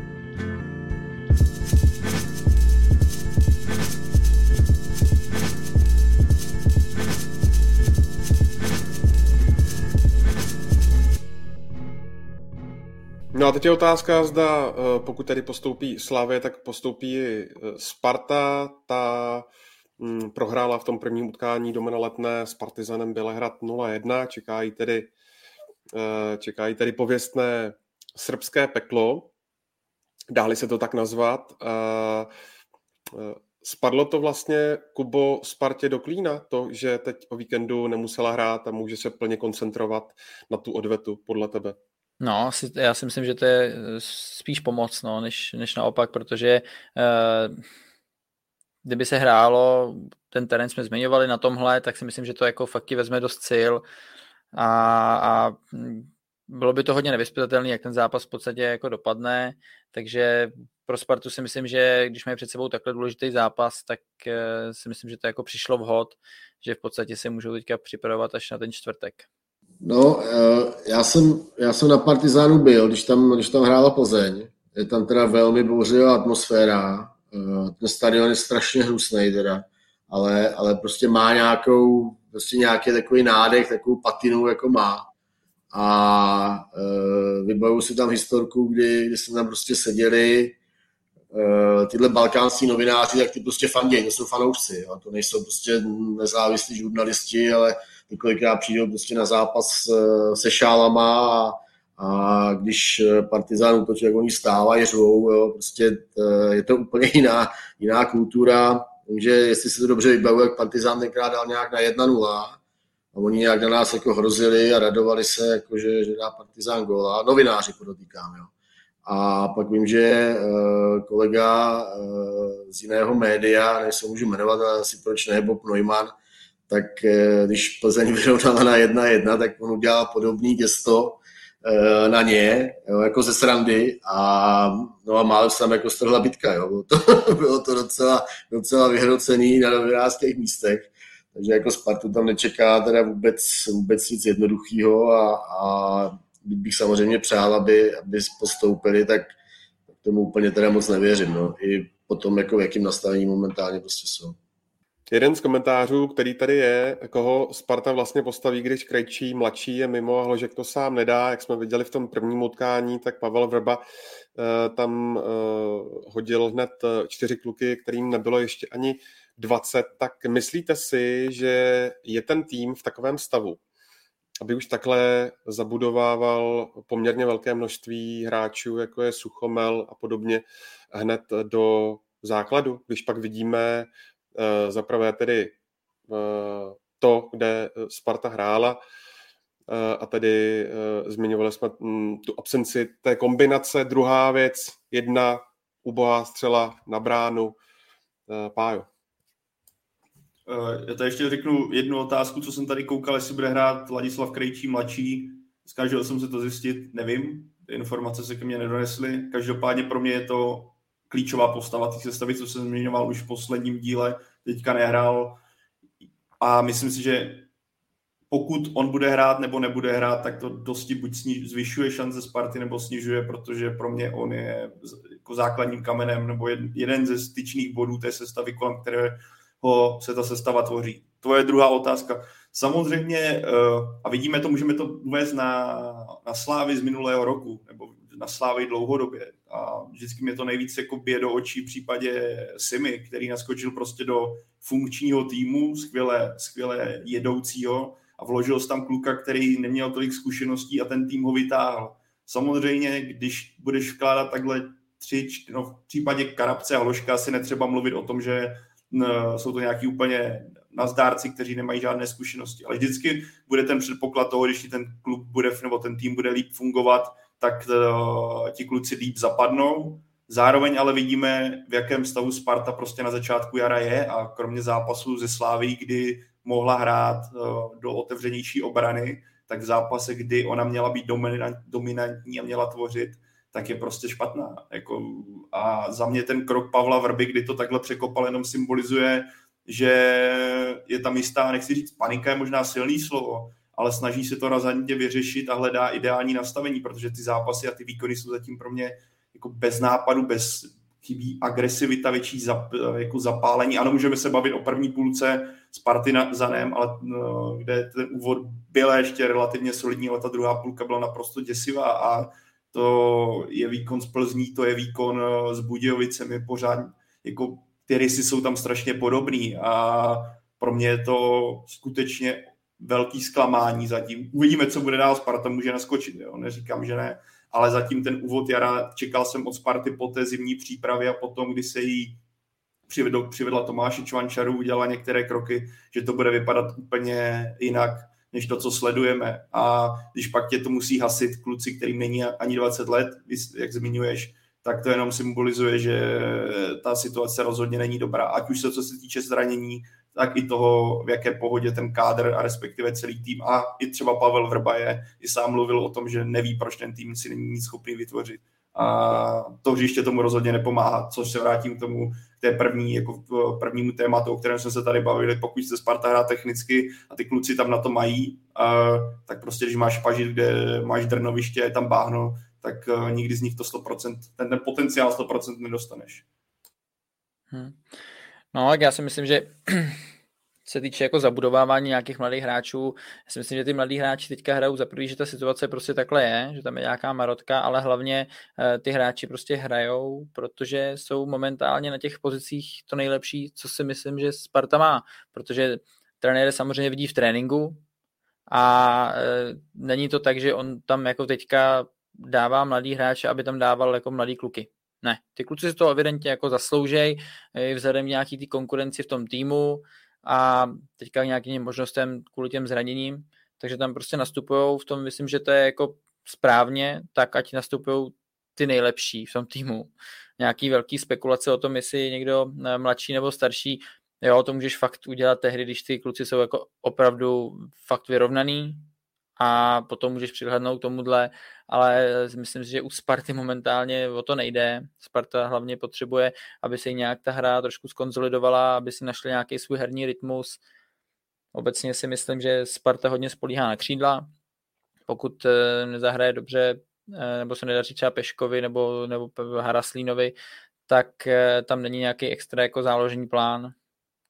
No a teď je otázka, zda pokud tedy postoupí Slavia, tak postoupí i Sparta. Ta prohrála v tom prvním utkání doma na Letné s Partizanem Bělehrad 0-1. Čeká jí tedy pověstné srbské peklo. Dáli se to tak nazvat. Spadlo to vlastně, Kubo, Spartě do klína, to, že teď o víkendu nemusela hrát a může se plně koncentrovat na tu odvetu, podle tebe? No, já si myslím, že to je spíš pomoc, no, než naopak, protože kdyby se hrálo, ten terén jsme zmiňovali na tomhle, tak si myslím, že to jako fakt vezme dost sil a bylo by to hodně nevyzpytatelné, jak ten zápas v podstatě jako dopadne, takže pro Spartu si myslím, že když mají před sebou takhle důležitý zápas, tak si myslím, že to jako přišlo vhod, že v podstatě se můžou teďka připravovat až na ten čtvrtek. No, já jsem na Partizánu byl, když tam hrála Plzeň. Je tam teda velmi bouřlivá atmosféra. Ten stadion je strašně hnusnej teda, ale prostě má nějaký takový nádech, takovou patinu, jako má. A vybavuju si tam historku, kdy jsme tam prostě seděli tyhle balkánský novináři, tak ty prostě fandějí, to jsou fanoušci. Jo. To nejsou prostě nezávislí žurnalisti, ale několikrát přijdou prostě na zápas se šálama a když Partizán útočí, jak oni stávají, řvou, jo, prostě je to úplně jiná kultura. Takže jestli si to dobře vybavuju, jak Partizán tenkrát dal nějak na 1-0 a oni nějak na nás jako hrozili a radovali se, jako, že dá Partizán góla. Novináři podotýkám, jo. A pak vím, že kolega z jiného média, než se můžu jmenovat, ale asi proč ne, Bob Neumann, tak když Plzeň vyrovnala na 1-1, tak on udělal podobný gesto na ně, jo, jako ze srandy a málo se tam jako strhla bitka. Jo. Bylo to docela vyhrocený na novinářských místech, takže jako Spartu tam nečeká teda vůbec nic jednoduchého a bych samozřejmě přál, aby postoupili, tak tomu úplně teda moc nevěřím. No. I potom, jako v jakým nastavení momentálně prostě jsou. Jeden z komentářů, který tady je, koho Sparta vlastně postaví, když Krejčí mladší je mimo a Hložek to sám nedá, jak jsme viděli v tom prvním utkání, tak Pavel Vrba tam hodil hned 4 kluky, kterým nebylo ještě ani 20. Tak myslíte si, že je ten tým v takovém stavu, aby už takhle zabudovával poměrně velké množství hráčů, jako je Suchomel a podobně, hned do základu, když pak vidíme zaprvé tedy to, kde Sparta hrála, a tedy zmiňovali jsme tu absenci té kombinace. Druhá věc, jedna ubohá střela na bránu. Pájo. Já tady ještě řeknu jednu otázku, co jsem tady koukal, jestli bude hrát Ladislav Krejčí mladší. Snažil jsem se to zjistit, nevím. Ty informace se ke mně nedonesly. Každopádně pro mě je to klíčová postava té sestavy, co jsem zmiňoval už v posledním díle. Teďka nehrál a myslím si, že pokud on bude hrát nebo nebude hrát, tak to dosti buď zvyšuje šance Sparty nebo snižuje, protože pro mě on je jako základním kamenem nebo jeden ze styčných bodů té sestavy, kolem kterého se ta sestava tvoří. To je druhá otázka. Samozřejmě, a vidíme to, můžeme to uvést na Slávy z minulého roku, nebo na Slávy dlouhodobě. A vždycky mě to nejvíc jako bije do očí v případě Simy, který naskočil prostě do funkčního týmu, skvěle jedoucího, a vložil se tam kluka, který neměl tolik zkušeností a ten tým ho vytáhl. Samozřejmě, když budeš vkládat takhle v případě Karabce a Hložka asi netřeba mluvit o tom, že jsou to nějaký úplně nazdárci, kteří nemají žádné zkušenosti. Ale vždycky bude ten předpoklad toho, když ten klub bude, nebo ten tým bude líp fungovat, tak ti kluci líp zapadnou. Zároveň ale vidíme, v jakém stavu Sparta prostě na začátku jara je, a kromě zápasů ze Sláví, kdy mohla hrát do otevřenější obrany, tak v zápase, kdy ona měla být dominantní a měla tvořit, tak je prostě špatná. A za mě ten krok Pavla Vrby, kdy to takhle překopal, jenom symbolizuje, že je tam jistá, nechci říct, panika je možná silný slovo, ale snaží se to razantně vyřešit a hledá ideální nastavení, protože ty zápasy a ty výkony jsou zatím pro mě jako bez nápadu, chybí agresivita, větší jako zapálení. Ano, můžeme se bavit o první půlce Sparty za NEM, ale kde ten úvod byl ještě relativně solidní, ale ta druhá půlka byla naprosto děsivá, a to je výkon z Plzní, to je výkon s Budějovicemi, pořád jako ty rysy jsou tam strašně podobný, a pro mě je to skutečně velký zklamání zatím. Uvidíme, co bude dál, Sparta může naskočit, jo? Neříkám, že ne, ale zatím ten úvod jara, čekal jsem od Sparty po té zimní přípravě a potom, kdy se jí přivedla Tomáše Čvančaru, udělala některé kroky, že to bude vypadat úplně jinak, než to, co sledujeme. A když pak tě to musí hasit kluci, kterým není ani 20 let, jak zmiňuješ, tak to jenom symbolizuje, že ta situace rozhodně není dobrá. Ať už se, co se týče zranění, tak i toho, v jaké pohodě ten kádr a respektive celý tým. A i třeba Pavel Vrba i sám mluvil o tom, že neví, proč ten tým si není nic schopný vytvořit. A to hřiště tomu rozhodně nepomáhá, což se vrátím k tomu, k té prvnímu tématu, o kterém jsme se tady bavili. Pokud se Sparta hrá technicky a ty kluci tam na to mají, tak prostě, když máš pažit, kde máš drnoviště, je tam báhno, tak nikdy z nich to 100%, ten potenciál 100% nedostaneš. No, tak já si myslím, že se týče jako zabudovávání nějakých mladých hráčů, já si myslím, že ty mladí hráči teďka hrajou za prvý, že ta situace prostě takhle je, že tam je nějaká marotka, ale hlavně ty hráči prostě hrajou, protože jsou momentálně na těch pozicích to nejlepší, co si myslím, že Sparta má, protože trenér samozřejmě vidí v tréninku a není to tak, že on tam jako teďka dává mladý hráče, aby tam dával jako mladý kluky. Ne, ty kluci si to evidentně jako zasloužej vzhledem nějaký ty konkurenci v tom týmu a teďka nějakým možnostem kvůli těm zraněním, takže tam prostě nastupujou v tom, myslím, že to je jako správně, tak ať nastupují ty nejlepší v tom týmu. Nějaký velký spekulace o tom, jestli někdo mladší nebo starší, jo, to můžeš fakt udělat tehdy, když ty kluci jsou jako opravdu fakt vyrovnaný a potom můžeš přihlédnout k tomuhle, ale myslím si, že u Sparty momentálně o to nejde. Sparta hlavně potřebuje, aby se nějak ta hra trošku zkonzolidovala, aby si našli nějaký svůj herní rytmus. Obecně si myslím, že Sparta hodně spolíhá na křídla. Pokud nezahraje dobře, nebo se nedaří třeba Peškovi nebo Haraslínovi, tak tam není nějaký extra jako záložní plán.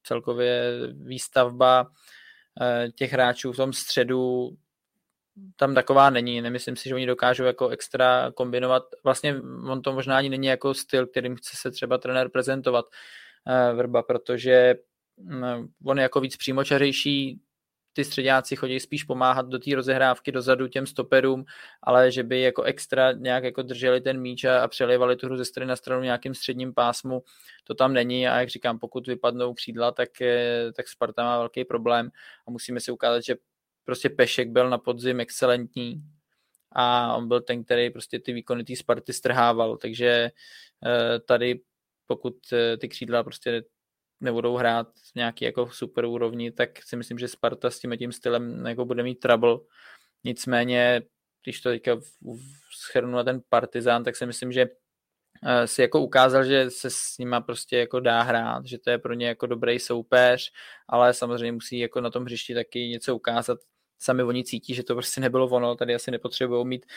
celkově výstavba těch hráčů v tom středu tam taková není. Nemyslím si, že oni dokážou jako extra kombinovat. Vlastně on to možná ani není jako styl, kterým chce se třeba trenér prezentovat Vrba, protože on je jako víc přímočařejší, ty středáci chodí spíš pomáhat do té rozehrávky dozadu těm stoperům, ale že by jako extra nějak jako drželi ten míč a přelivali tu hru ze strany na stranu nějakým středním pásmu, to tam není a jak říkám, pokud vypadnou křídla, tak Sparta má velký problém a musíme si ukázat, že prostě Pešek byl na podzim excelentní a on byl ten, který prostě ty výkony té Sparty strhával, takže tady pokud ty křídla prostě nebudou hrát v nějaký jako super úrovni, tak si myslím, že Sparta s tím stylem jako bude mít trouble. Nicméně, když to teďka shrnu na ten Partizán, tak si myslím, že si jako ukázal, že se s nima prostě jako dá hrát, že to je pro ně jako dobrý soupeř, ale samozřejmě musí jako na tom hřišti taky něco ukázat. Sami oni cítí, že to prostě nebylo ono, tady asi nepotřebují mít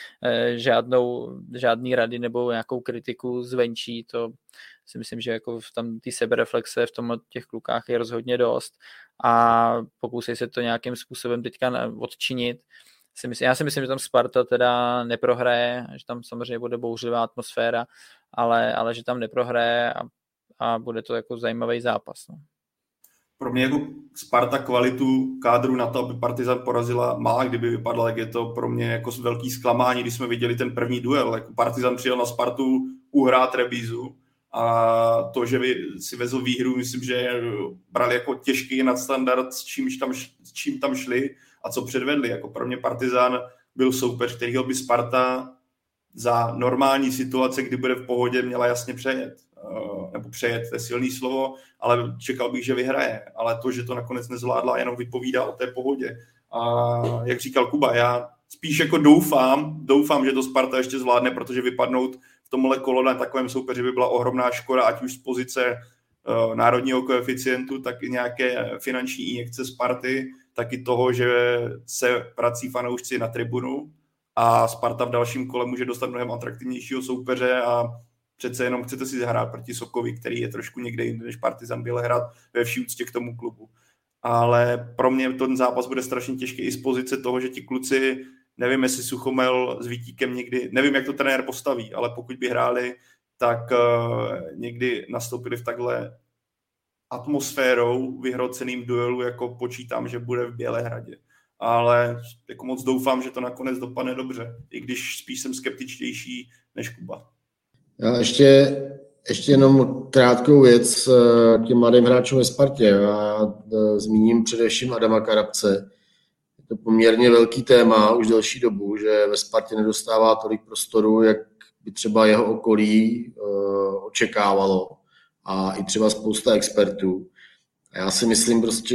žádný rady nebo nějakou kritiku zvenčí, to si myslím, že jako tam ty sebereflexe v tom těch klukách je rozhodně dost a pokusí se to nějakým způsobem teďka odčinit. Já si myslím, že tam Sparta teda neprohraje, že tam samozřejmě bude bouřlivá atmosféra, ale že tam neprohraje a bude to jako zajímavý zápas. No. Pro mě jako Sparta kvalitu kádru na to, aby Partizan porazila, má, kdyby vypadla, jak je to pro mě jako velký zklamání, když jsme viděli ten první duel. Jako Partizan přijel na Spartu uhrát remízu a to, že si vezl výhru, myslím, že brali jako těžký nadstandard, s čím tam šli a co předvedli. Jako pro mě Partizan byl soupeř, kterýho by Sparta za normální situace, kdy bude v pohodě, měla jasně přejet. Nebo přejet, to je silný slovo, ale čekal bych, že vyhraje. Ale to, že to nakonec nezvládla, jenom vypovídá o té pohodě. A jak říkal Kuba, já spíš jako doufám, že to Sparta ještě zvládne, protože vypadnout v tomhle kolo na takovém soupeři by byla ohromná škoda, ať už z pozice národního koeficientu, tak i nějaké finanční injekce Sparty, tak i toho, že se vrací fanoušci na tribunu a Sparta v dalším kole může dostat mnohem atraktivnějšího soupeře a přece jenom chcete si zahrát proti Sokovi, který je trošku někde jinde, než Partizan byl hrát ve vší úctě k tomu klubu. Ale pro mě ten zápas bude strašně těžký i z pozice toho, že ti kluci, nevím, jestli Suchomel s Vítíkem někdy, nevím, jak to trenér postaví, ale pokud by hráli, tak někdy nastoupili v takhle atmosférou vyhroceným duelu, jako počítám, že bude v Bělehradě. Ale jako moc doufám, že to nakonec dopadne dobře, i když spíš jsem skeptičtější než Kuba. Já ještě jenom krátkou věc k těm mladým hráčům ve Spartě. Já zmíním především Adama Karabce. Je to poměrně velký téma už delší dobu, že ve Spartě nedostává tolik prostoru, jak by třeba jeho okolí očekávalo a i třeba spousta expertů. A já si myslím prostě,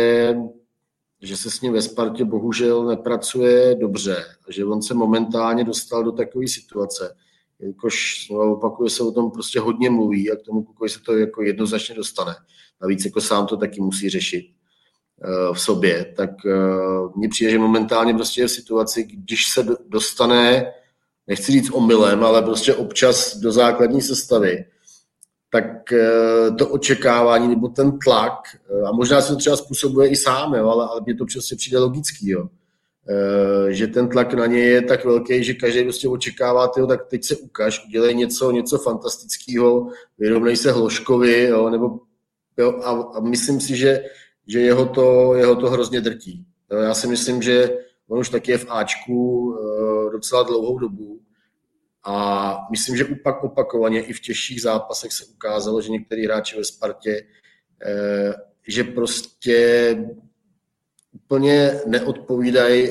že se s ním ve Spartě bohužel nepracuje dobře a že on se momentálně dostal do takové situace, jakož opakuje se o tom prostě hodně mluví a k tomu klukovi se to jako jednoznačně dostane. Navíc jako sám to taky musí řešit v sobě. Tak mně přijde, že momentálně prostě je v situaci, když se dostane, nechci říct omylem, ale prostě občas do základní sestavy, tak to očekávání nebo ten tlak, a možná se to třeba způsobuje i sám, jo, ale mně to prostě přijde logický, jo. Že ten tlak na něj je tak velký, že každý prostě očekává, tyjo, tak teď se ukaž, udělej něco fantastického, vyrovnej se Hloškovi, jo, nebo, jo, a myslím si, že jeho to hrozně drtí. Jo, já si myslím, že on už taky je v Ačku docela dlouhou dobu a myslím, že opakovaně i v těžších zápasech se ukázalo, že některý hráči ve Spartě, že prostě úplně neodpovídají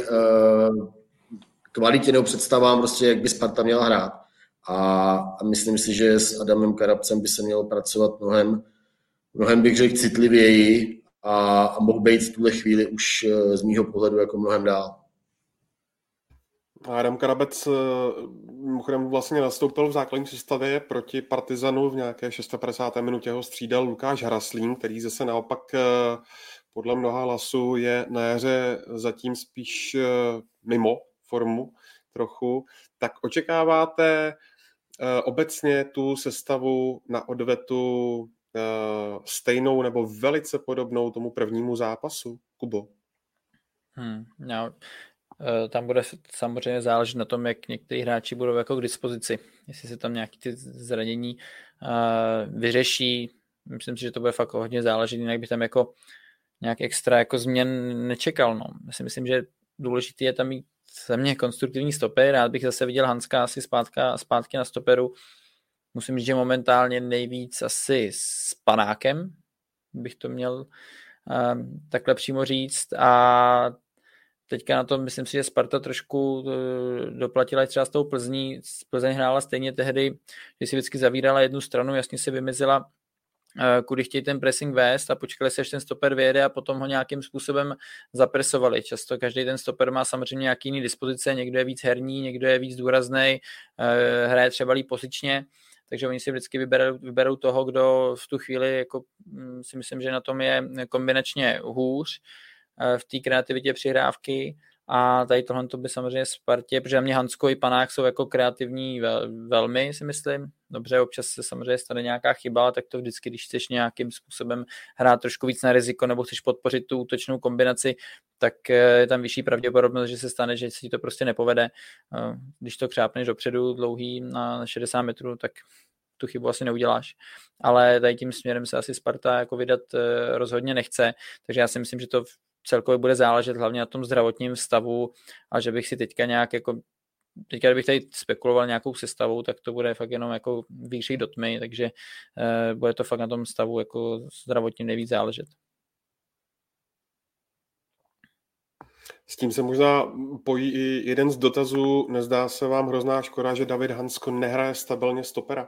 kvalitě nebo představám, prostě, jak by Sparta měla hrát. A myslím si, že s Adamem Karabcem by se mělo pracovat mnohem bych řekl citlivěji a mohl být v tuhle chvíli už z mýho pohledu jako mnohem dál. Adam Karabec mimochodem vlastně nastoupil v základní sestavě proti Partizanu, v nějaké 56. minutě ho střídal Lukáš Hraslín, který zase naopak podle mnoha hlasů je na jaře zatím spíš mimo formu trochu. Tak očekáváte obecně tu sestavu na odvetu stejnou nebo velice podobnou tomu prvnímu zápasu, Kubo? Tam bude samozřejmě záležet na tom, jak někteří hráči budou jako k dispozici. Jestli se tam nějaké ty zranění vyřeší, myslím si, že to bude fakt hodně záležet, jinak bych tam jako nějak extra jako změn nečekal. No. Já si myslím, že důležitý je tam mít za mě konstruktivní stopy. Rád bych zase viděl Hanska asi zpátky na stoperu. Musím říct, že momentálně nejvíc asi s Panákem, bych to měl takhle přímo říct. A teďka na tom myslím si, že Sparta trošku doplatila třeba s tou Plzní. Plzeň hrála stejně tehdy, že si vždycky zavírala jednu stranu, jasně si vymezila, kudy chtějí ten pressing vést a počkali se, až ten stoper vyjede a potom ho nějakým způsobem zapresovali. Často každý ten stoper má samozřejmě nějaký jiný dispozice, někdo je víc herní, někdo je víc důraznej, hraje třeba líp pozičně, takže oni si vždycky vyberou toho, kdo v tu chvíli jako, si myslím, že na tom je kombinačně hůř v té kreativitě přihrávky. A tady tohle by samozřejmě Spartě, protože mě Hansko i Panák jsou jako kreativní velmi, si myslím. Dobře, občas se samozřejmě stane nějaká chyba, tak to vždycky, když chceš nějakým způsobem hrát trošku víc na riziko nebo chceš podpořit tu útočnou kombinaci, tak je tam vyšší pravděpodobnost, že se stane, že si to prostě nepovede. Když to křápneš dopředu dlouhý na 60 metrů, tak tu chybu asi neuděláš. Ale tady tím směrem se asi Sparta jako vydat rozhodně nechce, takže já si myslím, že to celkově bude záležet hlavně na tom zdravotním stavu a že bych si teďka nějak jako, teďka kdybych tady spekuloval nějakou sestavou, tak to bude fakt jenom jako výšší do tmy, takže bude to fakt na tom stavu jako zdravotně nejvíc záležet. S tím se možná pojí i jeden z dotazů. Nezdá se vám hrozná škoda, že David Hansko nehraje stabilně stopera?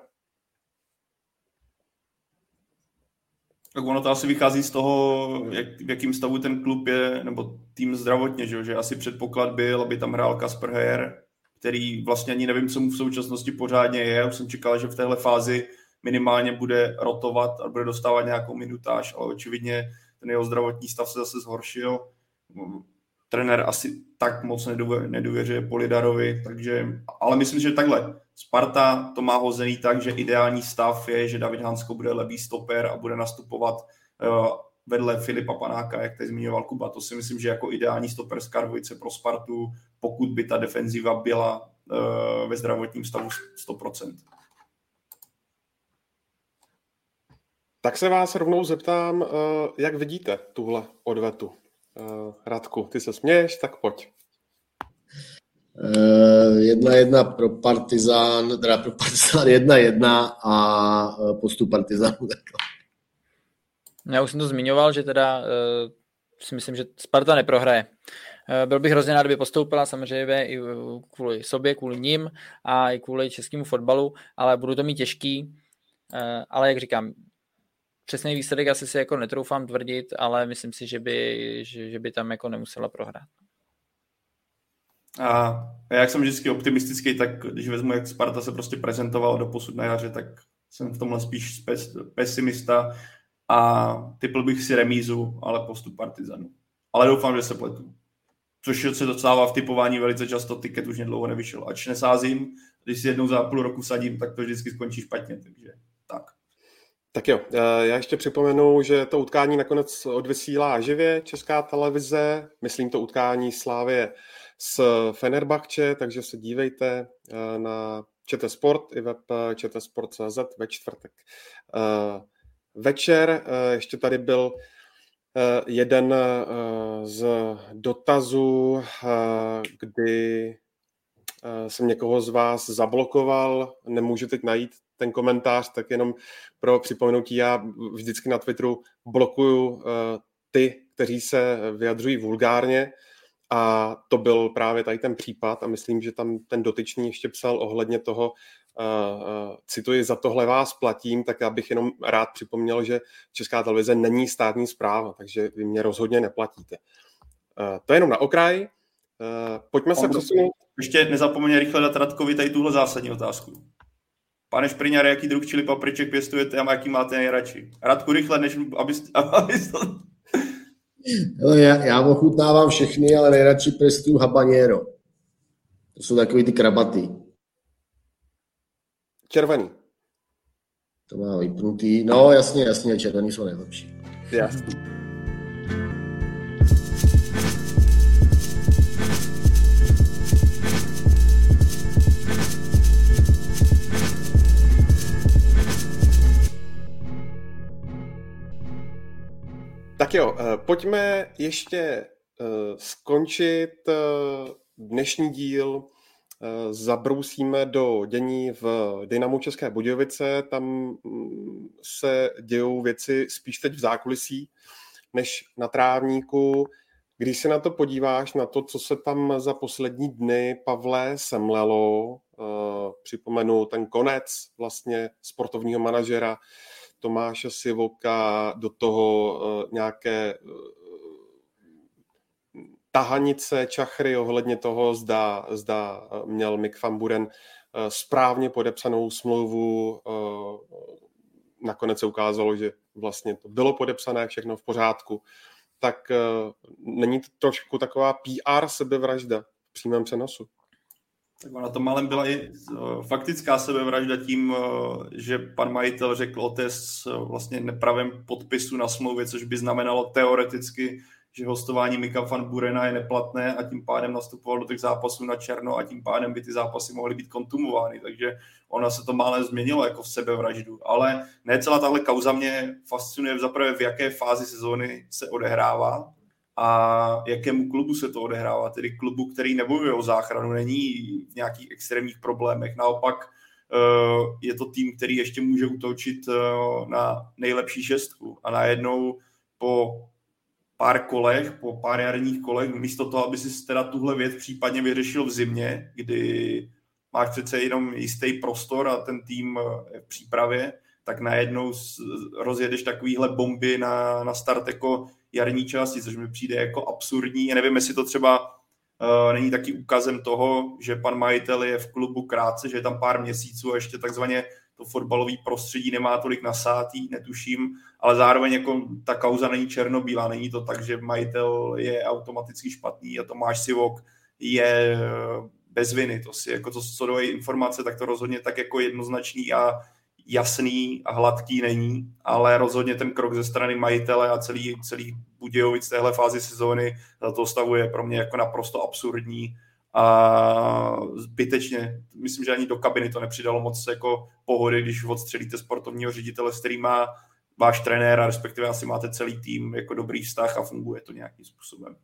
Tak ono to asi vychází z toho, v jakým stavu ten klub je, nebo tým zdravotně, že asi předpoklad byl, aby tam hrál Kasper Heyer, který vlastně ani nevím, co mu v současnosti pořádně je. Už jsem čekal, že v téhle fázi minimálně bude rotovat a bude dostávat nějakou minutáž, ale očividně ten jeho zdravotní stav se zase zhoršil. Trenér asi tak moc nedůvěřuje Polidarovi, takže, ale myslím, že takhle. Sparta to má hozený tak, že ideální stav je, že David Hansko bude levý stoper a bude nastupovat vedle Filipa Panáka, jak tady zmiňoval Kuba. To si myslím, že jako ideální stoper z Karvice pro Spartu, pokud by ta defenziva byla ve zdravotním stavu 100%. Tak se vás rovnou zeptám, jak vidíte tuhle odvetu. Radku, ty se směješ, tak pojď. 1-1 pro Partizán, teda pro Partizán 1-1 a postup Partizánu. Já už jsem to zmiňoval, že teda si myslím, že Sparta neprohraje. Byl bych hrozně rád, kdyby postoupila, samozřejmě i kvůli sobě, kvůli ním a i kvůli českému fotbalu, ale budu to mít těžký. Ale jak říkám, přesný výsledek asi si jako netroufám tvrdit, ale myslím si, že by tam jako nemusela prohrát. A jak jsem vždycky optimistický, tak když vezmu, jak Sparta se prostě prezentoval doposud na jaře, tak jsem v tomhle spíš pesimista a tipl bych si remízu, ale postup Partizanu. Ale doufám, že se pletu. Což se dostává v typování velice často, tiket už dlouho nevyšel. Ač nesázím, když si jednou za půl roku sadím, tak to vždycky skončí špatně, takže tak. Tak jo, já ještě připomenu, že to utkání nakonec odvysílá živě Česká televize, myslím to utkání Slavie s Fenerbahče, takže se dívejte na ČT Sport i web čtsport.cz ve čtvrtek. Večer ještě tady byl jeden z dotazů, kdy jsem někoho z vás zablokoval, nemůžu teď najít ten komentář, tak jenom pro připomenutí, já vždycky na Twitteru blokuju ty, kteří se vyjadřují vulgárně, a to byl právě tady ten případ a myslím, že tam ten dotyčný ještě psal ohledně toho, cituji, za tohle vás platím, tak já bych jenom rád připomněl, že Česká televize není státní správa, takže vy mě rozhodně neplatíte. To je jenom na okraj. Pojďme se přesunout. Ještě nezapomeň rychle dát Radkovi tady tuhle zásadní otázku. Pane Špriňare, jaký druh čili papriček pěstujete a jaký máte nejradši? Radku, rychle, než abys to... Já ochutnávám všechny, ale nejradši pěstuju habanero. To jsou takový ty krabaty. Červený. To má vypnutý. No jasně, červený jsou nejlepší. Jasný. Tak jo, pojďme ještě skončit dnešní díl. Zabrousíme do dění v Dynamu České Budějovice. Tam se dějou věci spíš teď v zákulisí, než na trávníku. Když se na to podíváš, na to, co se tam za poslední dny, Pavle, semlelo, připomenu ten konec vlastně sportovního manažera Tomáše Sivoka, do toho nějaké tahanice, čachry ohledně toho, zda měl Mick van Buren správně podepsanou smlouvu. Nakonec se ukázalo, že vlastně to bylo podepsané, všechno v pořádku. Tak není to trošku taková PR sebevražda v přímém přenosu? Tak na tom malém byla i faktická sebevražda tím, že pan majitel řekl o té vlastně nepravém podpisu na smlouvě, což by znamenalo teoreticky, že hostování Micka van Burena je neplatné a tím pádem nastupoval do těch zápasů na černo a tím pádem by ty zápasy mohly být kontumovány. Takže ona se to málem změnilo jako v sebevraždu. Ale ne celá tahle kauza mě fascinuje zaprvé, v jaké fázi sezóny se odehrává a jakému klubu se to odehrává. Tedy klubu, který nebojuje o záchranu, není v nějakých extrémních problémech. Naopak je to tým, který ještě může útočit na nejlepší šestku. A najednou po pár jarních kolech, místo toho, aby si teda tuhle věc případně vyřešil v zimě, kdy máš přece jenom jistý prostor a ten tým je v přípravě, tak najednou rozjedeš takovýhle bomby na start jako jarní části, což mi přijde jako absurdní. Já nevím, jestli to třeba není taky ukazem toho, že pan majitel je v klubu krátce, že je tam pár měsíců a ještě takzvaně to fotbalové prostředí nemá tolik nasátý, netuším, ale zároveň jako ta kauza není černobílá, není to tak, že majitel je automaticky špatný a Tomáš Sivok je bez viny. To si jako to, co do informace, tak to rozhodně tak jako jednoznačný a jasný a hladký není, ale rozhodně ten krok ze strany majitele a celý Budějovic téhle fázi sezóny za toho stavu je pro mě jako naprosto absurdní a zbytečně. Myslím, že ani do kabiny to nepřidalo moc jako pohody, když odstřelíte sportovního ředitele, s kterým má váš trenér a respektive asi máte celý tým jako dobrý vztah a funguje to nějakým způsobem.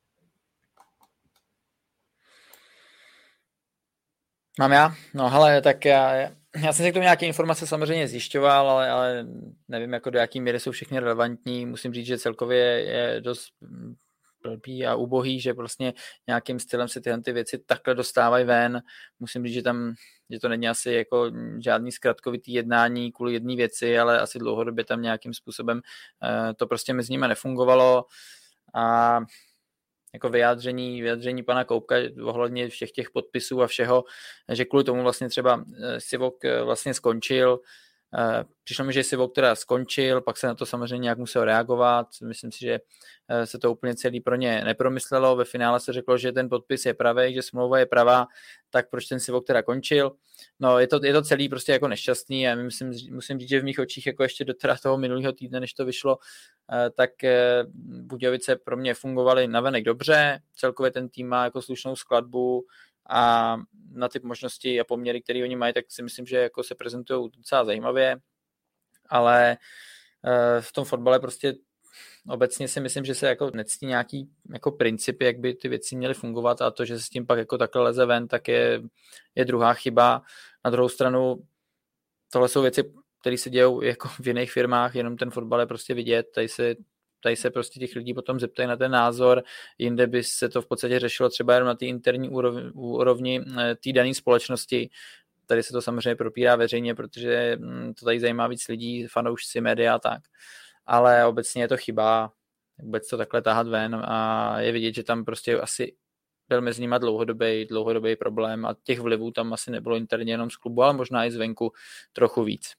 Mám já? No hele, tak já jsem si k tomu nějaké informace samozřejmě zjišťoval, ale nevím, jako do jaký míry jsou všechny relevantní. Musím říct, že celkově je dost blbý a ubohý, že vlastně nějakým stylem se tyhle ty věci takhle dostávají ven. Musím říct, že to není asi jako žádný zkratkovitý jednání kvůli jedné věci, ale asi dlouhodobě tam nějakým způsobem to prostě mezi nimi nefungovalo. A jako vyjádření pana Koubka ohledně všech těch podpisů a všeho, že kvůli tomu vlastně třeba Sivok vlastně skončil. Přišlo mi, že Sivok teda skončil, pak se na to samozřejmě nějak musel reagovat. Myslím si, že se to úplně celý pro ně nepromyslelo. Ve finále se řeklo, že ten podpis je pravý, že smlouva je pravá, tak proč ten Sivok teda končil? No, je to celý prostě jako nešťastný a musím říct, že v mých očích jako ještě do toho minulého týdne, než to vyšlo, tak Budějovice pro mě fungovaly navenek dobře. Celkově ten tým má jako slušnou skladbu a na ty možnosti a poměry, které oni mají, tak si myslím, že jako se prezentují docela zajímavě, ale v tom fotbale prostě obecně si myslím, že se jako nectí nějaký jako principy, jak by ty věci měly fungovat a to, že se s tím pak jako takhle leze ven, tak je druhá chyba. Na druhou stranu tohle jsou věci, které se dějou jako v jiných firmách, jenom ten fotbal je prostě vidět, tady se prostě těch lidí potom zeptají na ten názor, jinde by se to v podstatě řešilo třeba jenom na té interní úrovni té dané společnosti. Tady se to samozřejmě propírá veřejně, protože to tady zajímá víc lidí, fanoušci, média a tak. Ale obecně je to chyba vůbec to takhle tahat ven a je vidět, že tam prostě asi byl mezi nimi dlouhodobý problém a těch vlivů tam asi nebylo interně jenom z klubu, ale možná i zvenku trochu víc.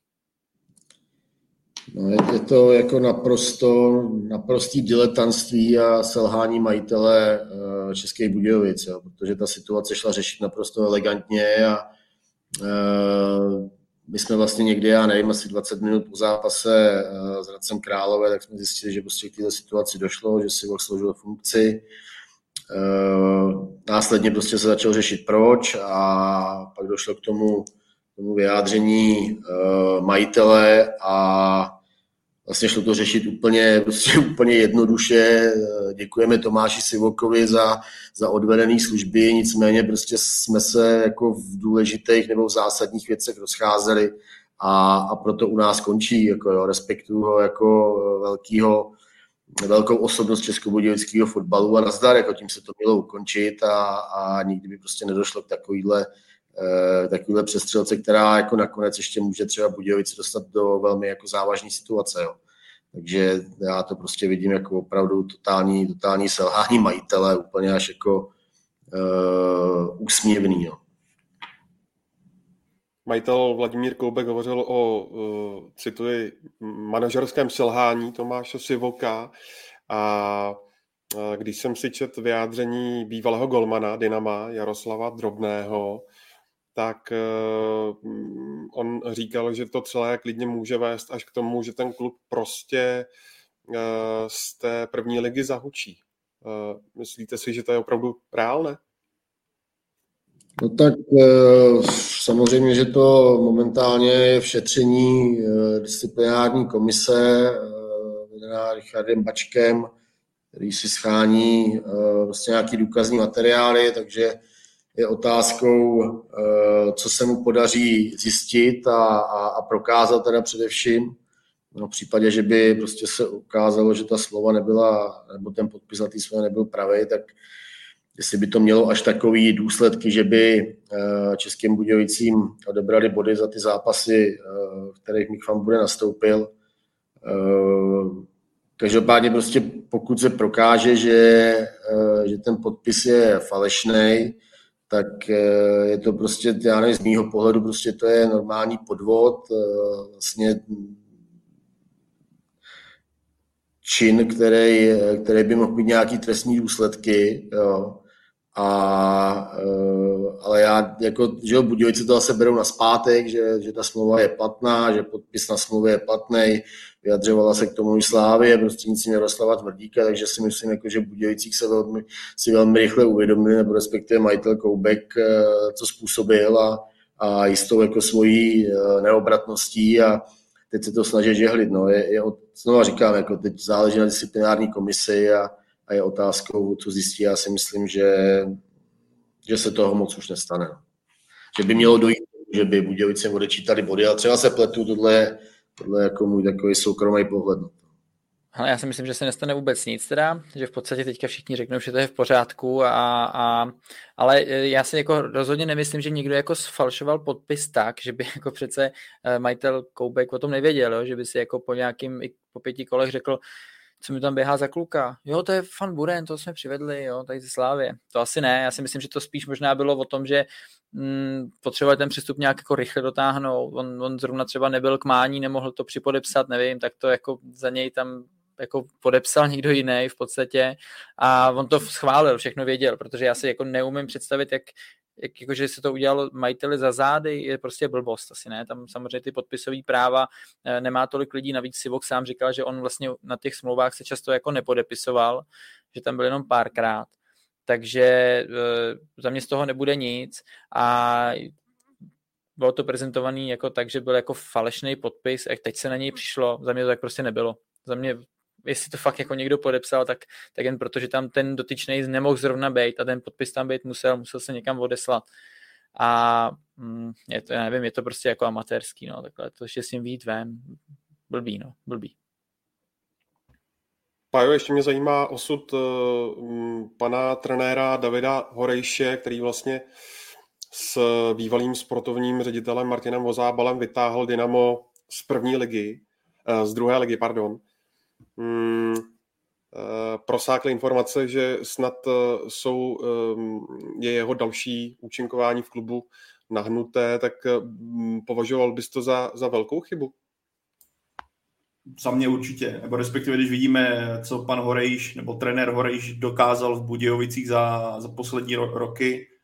No, je to jako naprostý diletantství a selhání majitele Českých Budějovic, jo, protože ta situace šla řešit naprosto elegantně a my jsme vlastně někdy, já nevím, asi 20 minut po zápase s Hradcem Králové, tak jsme zjistili, že prostě k této situaci došlo, že si složil funkci. Následně prostě se začal řešit proč a pak došlo k tomu vyjádření majitele a vlastně šlo to řešit úplně jednoduše. Děkujeme Tomáši Sivokovi za odvedené služby, nicméně prostě jsme se jako v důležitých nebo v zásadních věcech rozcházeli a proto u nás končí. Jako respektuju ho jako velkou osobnost českobudějovického fotbalu a nazdar, jako tím se to mělo ukončit a nikdy by prostě nedošlo k takovýhle přestřelce, která jako nakonec ještě může třeba Budějovice dostat do velmi jako závažné situace. Jo. Takže já to prostě vidím jako opravdu totální selhání majitele, úplně až jako úsměvný. Jo. Majitel Vladimír Koubek hovořil o, cituji, manažerském selhání Tomáše Sivoka a když jsem si četl vyjádření bývalého golmana Dynama Jaroslava Drobného, tak on říkal, že to celé klidně může vést až k tomu, že ten klub prostě z té první ligy zahučí. Myslíte si, že to je opravdu reálné? No tak samozřejmě, že to momentálně je v šetření disciplinární komise vedená Richardem Bačkem, který si schání vlastně nějaký důkazní materiály, takže je otázkou, co se mu podaří zjistit a prokázat teda především. No, v případě, že by prostě se ukázalo, že ta slova nebyla, nebo ten podpis na té smlouvě nebyl pravý, tak jestli by to mělo až takový důsledky, že by Českým Budějovicím odebrali body za ty zápasy, v kterých Mikvan bude nastoupil. Každopádně prostě pokud se prokáže, že ten podpis je falešný, tak je to prostě, já nevím, z mýho pohledu prostě to je normální podvod, vlastně čin, který by mohl mít nějaký trestní důsledky, jo. Ale já, jako, že Budějovice to zase berou nazpátek, že ta smlouva je platná, že podpis na smlouvě je platný, vyjadřovala se k tomu i Slávie, prostřednictvím Jaroslava Tvrdíka, takže si myslím, jako, že v Budějovicích si velmi rychle uvědomili, nebo respektive majitel Koubek, co způsobil a jistou jako svojí neobratností a teď se to snaží žehlit. No. Znova říkám, jako teď záleží na disciplinární komisi a je otázkou, co zjistí. Já si myslím, že se toho moc už nestane. Že by mělo dojít, že by Budějovice odečítali body, ale třeba se pletu, tohle je jako můj takový soukromý pohled. Ale já si myslím, že se nestane vůbec nic teda, že v podstatě teďka všichni řeknou, že to je v pořádku, ale já si jako rozhodně nemyslím, že někdo jako sfalšoval podpis tak, že by jako přece majitel Koubek o tom nevěděl, jo? Že by si jako po 5 kolech řekl, co mi tam běhá za kluka. Jo, to je Fan Buren, to jsme přivedli, jo, tady ze Slávie. To asi ne, já si myslím, že to spíš možná bylo o tom, že potřeboval ten přestup nějak jako rychle dotáhnout. On zrovna třeba nebyl k mání, nemohl to připodepsat, nevím, tak to jako za něj tam jako podepsal někdo jiný v podstatě a on to schválil, všechno věděl, protože já si jako neumím představit, jakože se to udělalo majiteli za zády, je prostě blbost asi, ne? Tam samozřejmě ty podpisové práva nemá tolik lidí, navíc Sivok sám říkal, že on vlastně na těch smlouvách se často jako nepodepisoval, že tam byl jenom párkrát, takže za mě z toho nebude nic a bylo to prezentovaný jako tak, že byl jako falešný podpis, a teď se na něj přišlo, za mě to tak prostě nebylo. Za mě, jestli to fakt jako někdo podepsal, tak jen protože tam ten dotyčnej nemohl zrovna být a ten podpis tam být musel se někam odeslat. A je to, já nevím, je to prostě jako amatérský, no, takhle to ještě s ním vyjít ven, blbý. Pájo, ještě mě zajímá osud pana trenéra Davida Horejše, který vlastně s bývalým sportovním ředitelem Martinem Vozábalem vytáhl Dynamo z první ligy, z druhé ligy, pardon. Prosákly informace, že snad je jeho další účinkování v klubu nahnuté, tak považoval bys to za velkou chybu? Za mě určitě, nebo respektive když vidíme, co pan Horejš nebo trenér Horejš dokázal v Budějovicích za poslední roky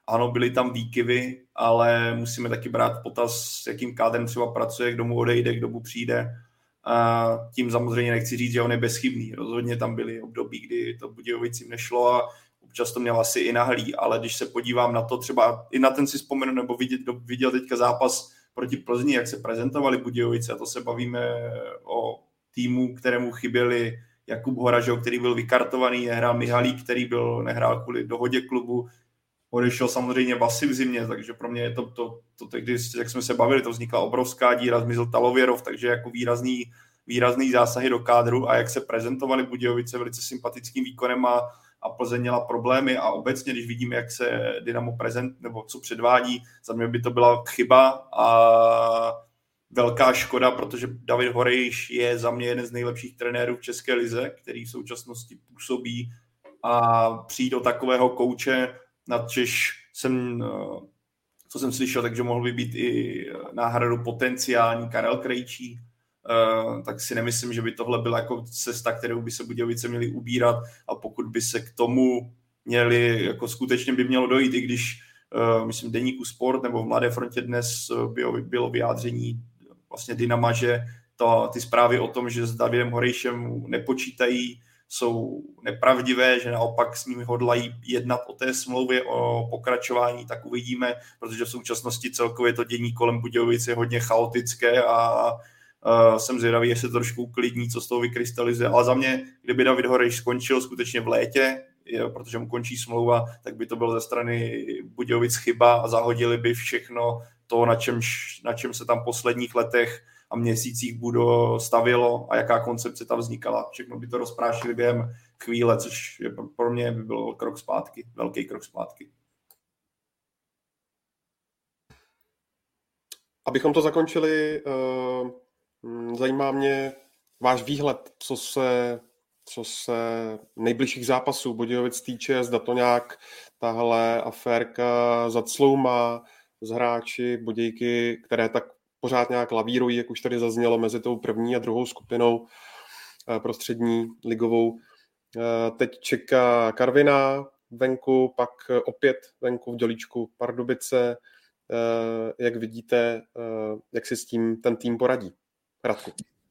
ano, byly tam výkyvy, ale musíme taky brát v potaz, s jakým kádrem třeba pracuje, kdo mu odejde, kdo mu přijde. A tím samozřejmě nechci říct, že on je bezchybný. Rozhodně tam byly období, kdy to Budějovicím nešlo a občas to měl asi i nahlý, ale když se podívám na to, třeba i na ten si vzpomenu, nebo viděl teďka zápas proti Plzni, jak se prezentovali Budějovice, a to se bavíme o týmu, kterému chyběli Jakub Horažo, který byl vykartovaný, nehrál Mihalík, který nehrál kvůli dohodě klubu, odešel samozřejmě Vasi v zimě, takže pro mě je to když, jak jsme se bavili, to vznikla obrovská díra, zmizel Talověrov, takže jako výrazný zásahy do kádru, a jak se prezentovali Budějovice velice sympatickým výkonem a Plzeň měla problémy, a obecně, když vidíme, jak se Dynamo nebo co předvádí, za mě by to byla chyba a velká škoda, protože David Horejš je za mě jeden z nejlepších trenérů v České lize, který v současnosti působí, a přijít do takového kouče, nadčež co jsem slyšel, takže mohl by být i náhradu potenciální Karel Krejčí, tak si nemyslím, že by tohle byla jako cesta, kterou by se Budějovice měli ubírat, a pokud by se k tomu měli, jako skutečně by mělo dojít, i když myslím Deníku Sport nebo v Mladé frontě dnes bylo vyjádření vlastně Dynama, že ty zprávy o tom, že s Davidem Horejšem nepočítají, jsou nepravdivé, že naopak s nimi hodlají jednat o té smlouvě, o pokračování, tak uvidíme, protože v současnosti celkově to dění kolem Budějovic je hodně chaotické a jsem zvědavý, jestli to trošku uklidní, co z toho vykrystalizuje. Ale za mě, kdyby David Horejš skončil skutečně v létě, protože mu končí smlouva, tak by to bylo ze strany Budějovic chyba a zahodili by všechno to, na čem se tam v posledních letech a měsících stavělo a jaká koncepce tam vznikala. Všechno by to rozprášili během chvíle, což je pro mě by byl krok zpátky, velký krok zpátky. Abychom to zakončili, zajímá mě váš výhled, co se nejbližších zápasů Budějovic týče, zda to nějak tahle aférka zacloumá z hráči Budějky, které tak pořád nějak lavírují, jak už tady zaznělo, mezi tou první a druhou skupinou prostřední ligovou. Teď čeká Karviná venku, pak opět venku v Dělíčku Pardubice. Jak vidíte, jak si s tím ten tým poradí? Radku.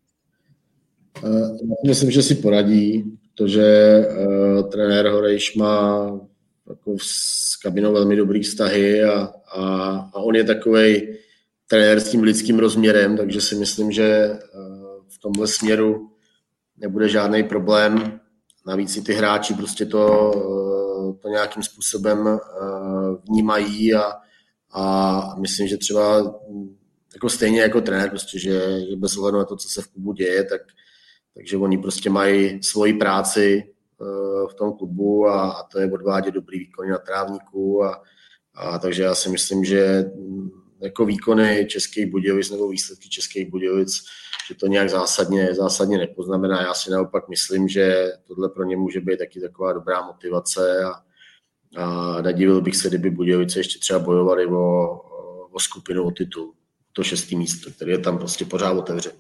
Myslím, že si poradí, protože trenér Horejš má jako s kabinou velmi dobrý vztahy a on je takovej trenér s tím lidským rozměrem, takže si myslím, že v tomhle směru nebude žádný problém. Navíc i ty hráči prostě to nějakým způsobem vnímají a myslím, že třeba jako stejně jako trenér, prostě, že bez ohledu na to, co se v klubu děje, takže oni prostě mají svoji práci v tom klubu a to je odvádět dobrý výkony na trávníku a takže já si myslím, že jako výkony Českých Budějovic nebo výsledky Českých Budějovic, že to nějak zásadně nepoznamená. Já si naopak myslím, že tohle pro ně může být taky taková dobrá motivace a nedivil bych se, kdyby Budějovice ještě třeba bojovali o skupinu, o titul, to 6. místo, který je tam prostě pořád otevřený.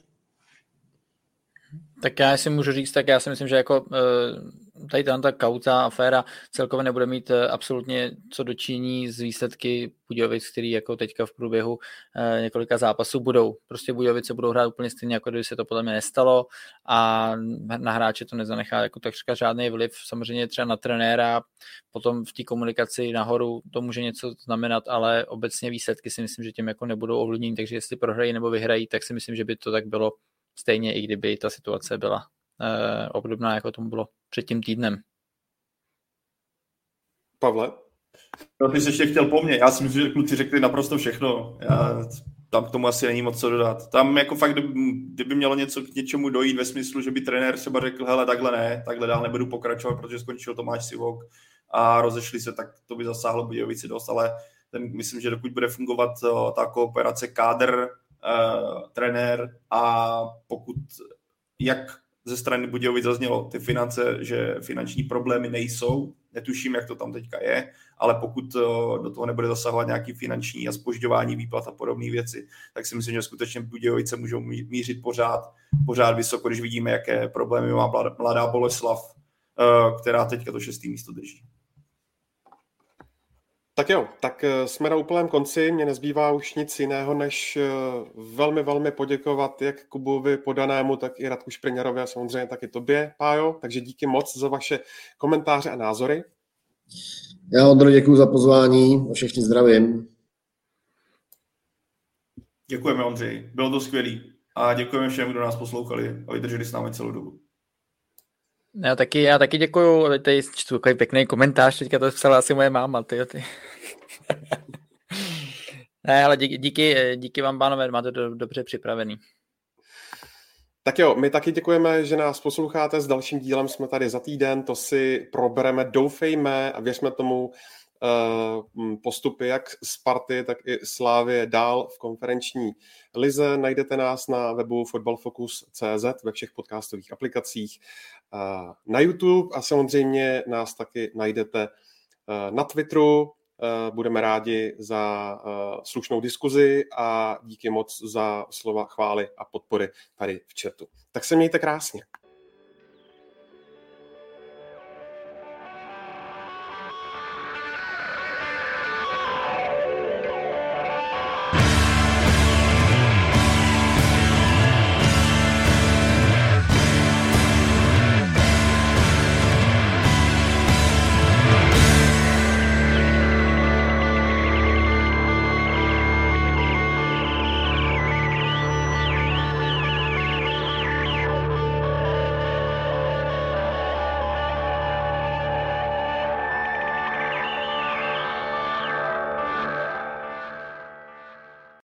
Tak já si můžu říct, tak já si myslím, že jako tady ta kauza, aféra celkově nebude mít absolutně co dočinění z výsledky Budějovic, který jako teďka v průběhu několika zápasů budou. Prostě Budějovice budou hrát úplně stejně, jako kdyby se to podle mě nestalo a na hráče to nezanechá jako takřka žádný vliv. Samozřejmě třeba na trenéra, potom v té komunikaci nahoru to může něco znamenat, ale obecně výsledky si myslím, že tím jako nebudou ovlivnění, takže jestli prohrají nebo vyhrají, tak si myslím, že by to tak bylo stejně, i kdyby ta situace byla obdobná, jako tomu bylo před tím týdnem. Pavle? No, ty jsi ještě chtěl po mně. Já si myslím, že kluci řekli naprosto všechno. Tam k tomu asi není moc co dodat. Tam jako fakt, kdyby mělo k něčemu dojít ve smyslu, že by trenér třeba řekl, hele, takhle ne, takhle dál nebudu pokračovat, protože skončil Tomáš Sivok a rozešli se, tak to by zasáhlo Budějovici dost, ale myslím, že dokud bude fungovat ta kooperace kádr, trenér a pokud jak ze strany Budějovic zaznělo ty finance, že finanční problémy nejsou, netuším, jak to tam teďka je, ale pokud do toho nebude zasahovat nějaký finanční a zpožďování výplat a podobné věci, tak si myslím, že skutečně Budějovice můžou mířit pořád vysoko, když vidíme, jaké problémy má Mladá Boleslav, která teďka to 6. místo drží. Tak jo, tak jsme na úplném konci, mně nezbývá už nic jiného, než velmi, velmi poděkovat jak Kubovi Podanému, tak i Radku Špriňarovi a samozřejmě taky tobě, Pájo, takže díky moc za vaše komentáře a názory. Já, Ondro, děkuji za pozvání a všechny zdravím. Děkujeme, Ondřej, bylo to skvělý a děkujeme všem, kdo nás poslouchali a vydrželi s námi celou dobu. Já taky děkuju, tady čtu takový pěkný komentář, teďka to psala asi moje máma, ty. Ne, ale díky vám, pánové, máte to dobře připravený. Tak jo, my taky děkujeme, že nás posloucháte, s dalším dílem jsme tady za týden, to si probereme, doufejme a věřme tomu, postupy jak Sparty, tak i Slávie dál v konferenční lize. Najdete nás na webu fotbalfocus.cz, ve všech podcastových aplikacích, na YouTube a samozřejmě nás taky najdete na Twitteru. Budeme rádi za slušnou diskuzi a díky moc za slova chvály a podpory tady v chatu. Tak se mějte krásně.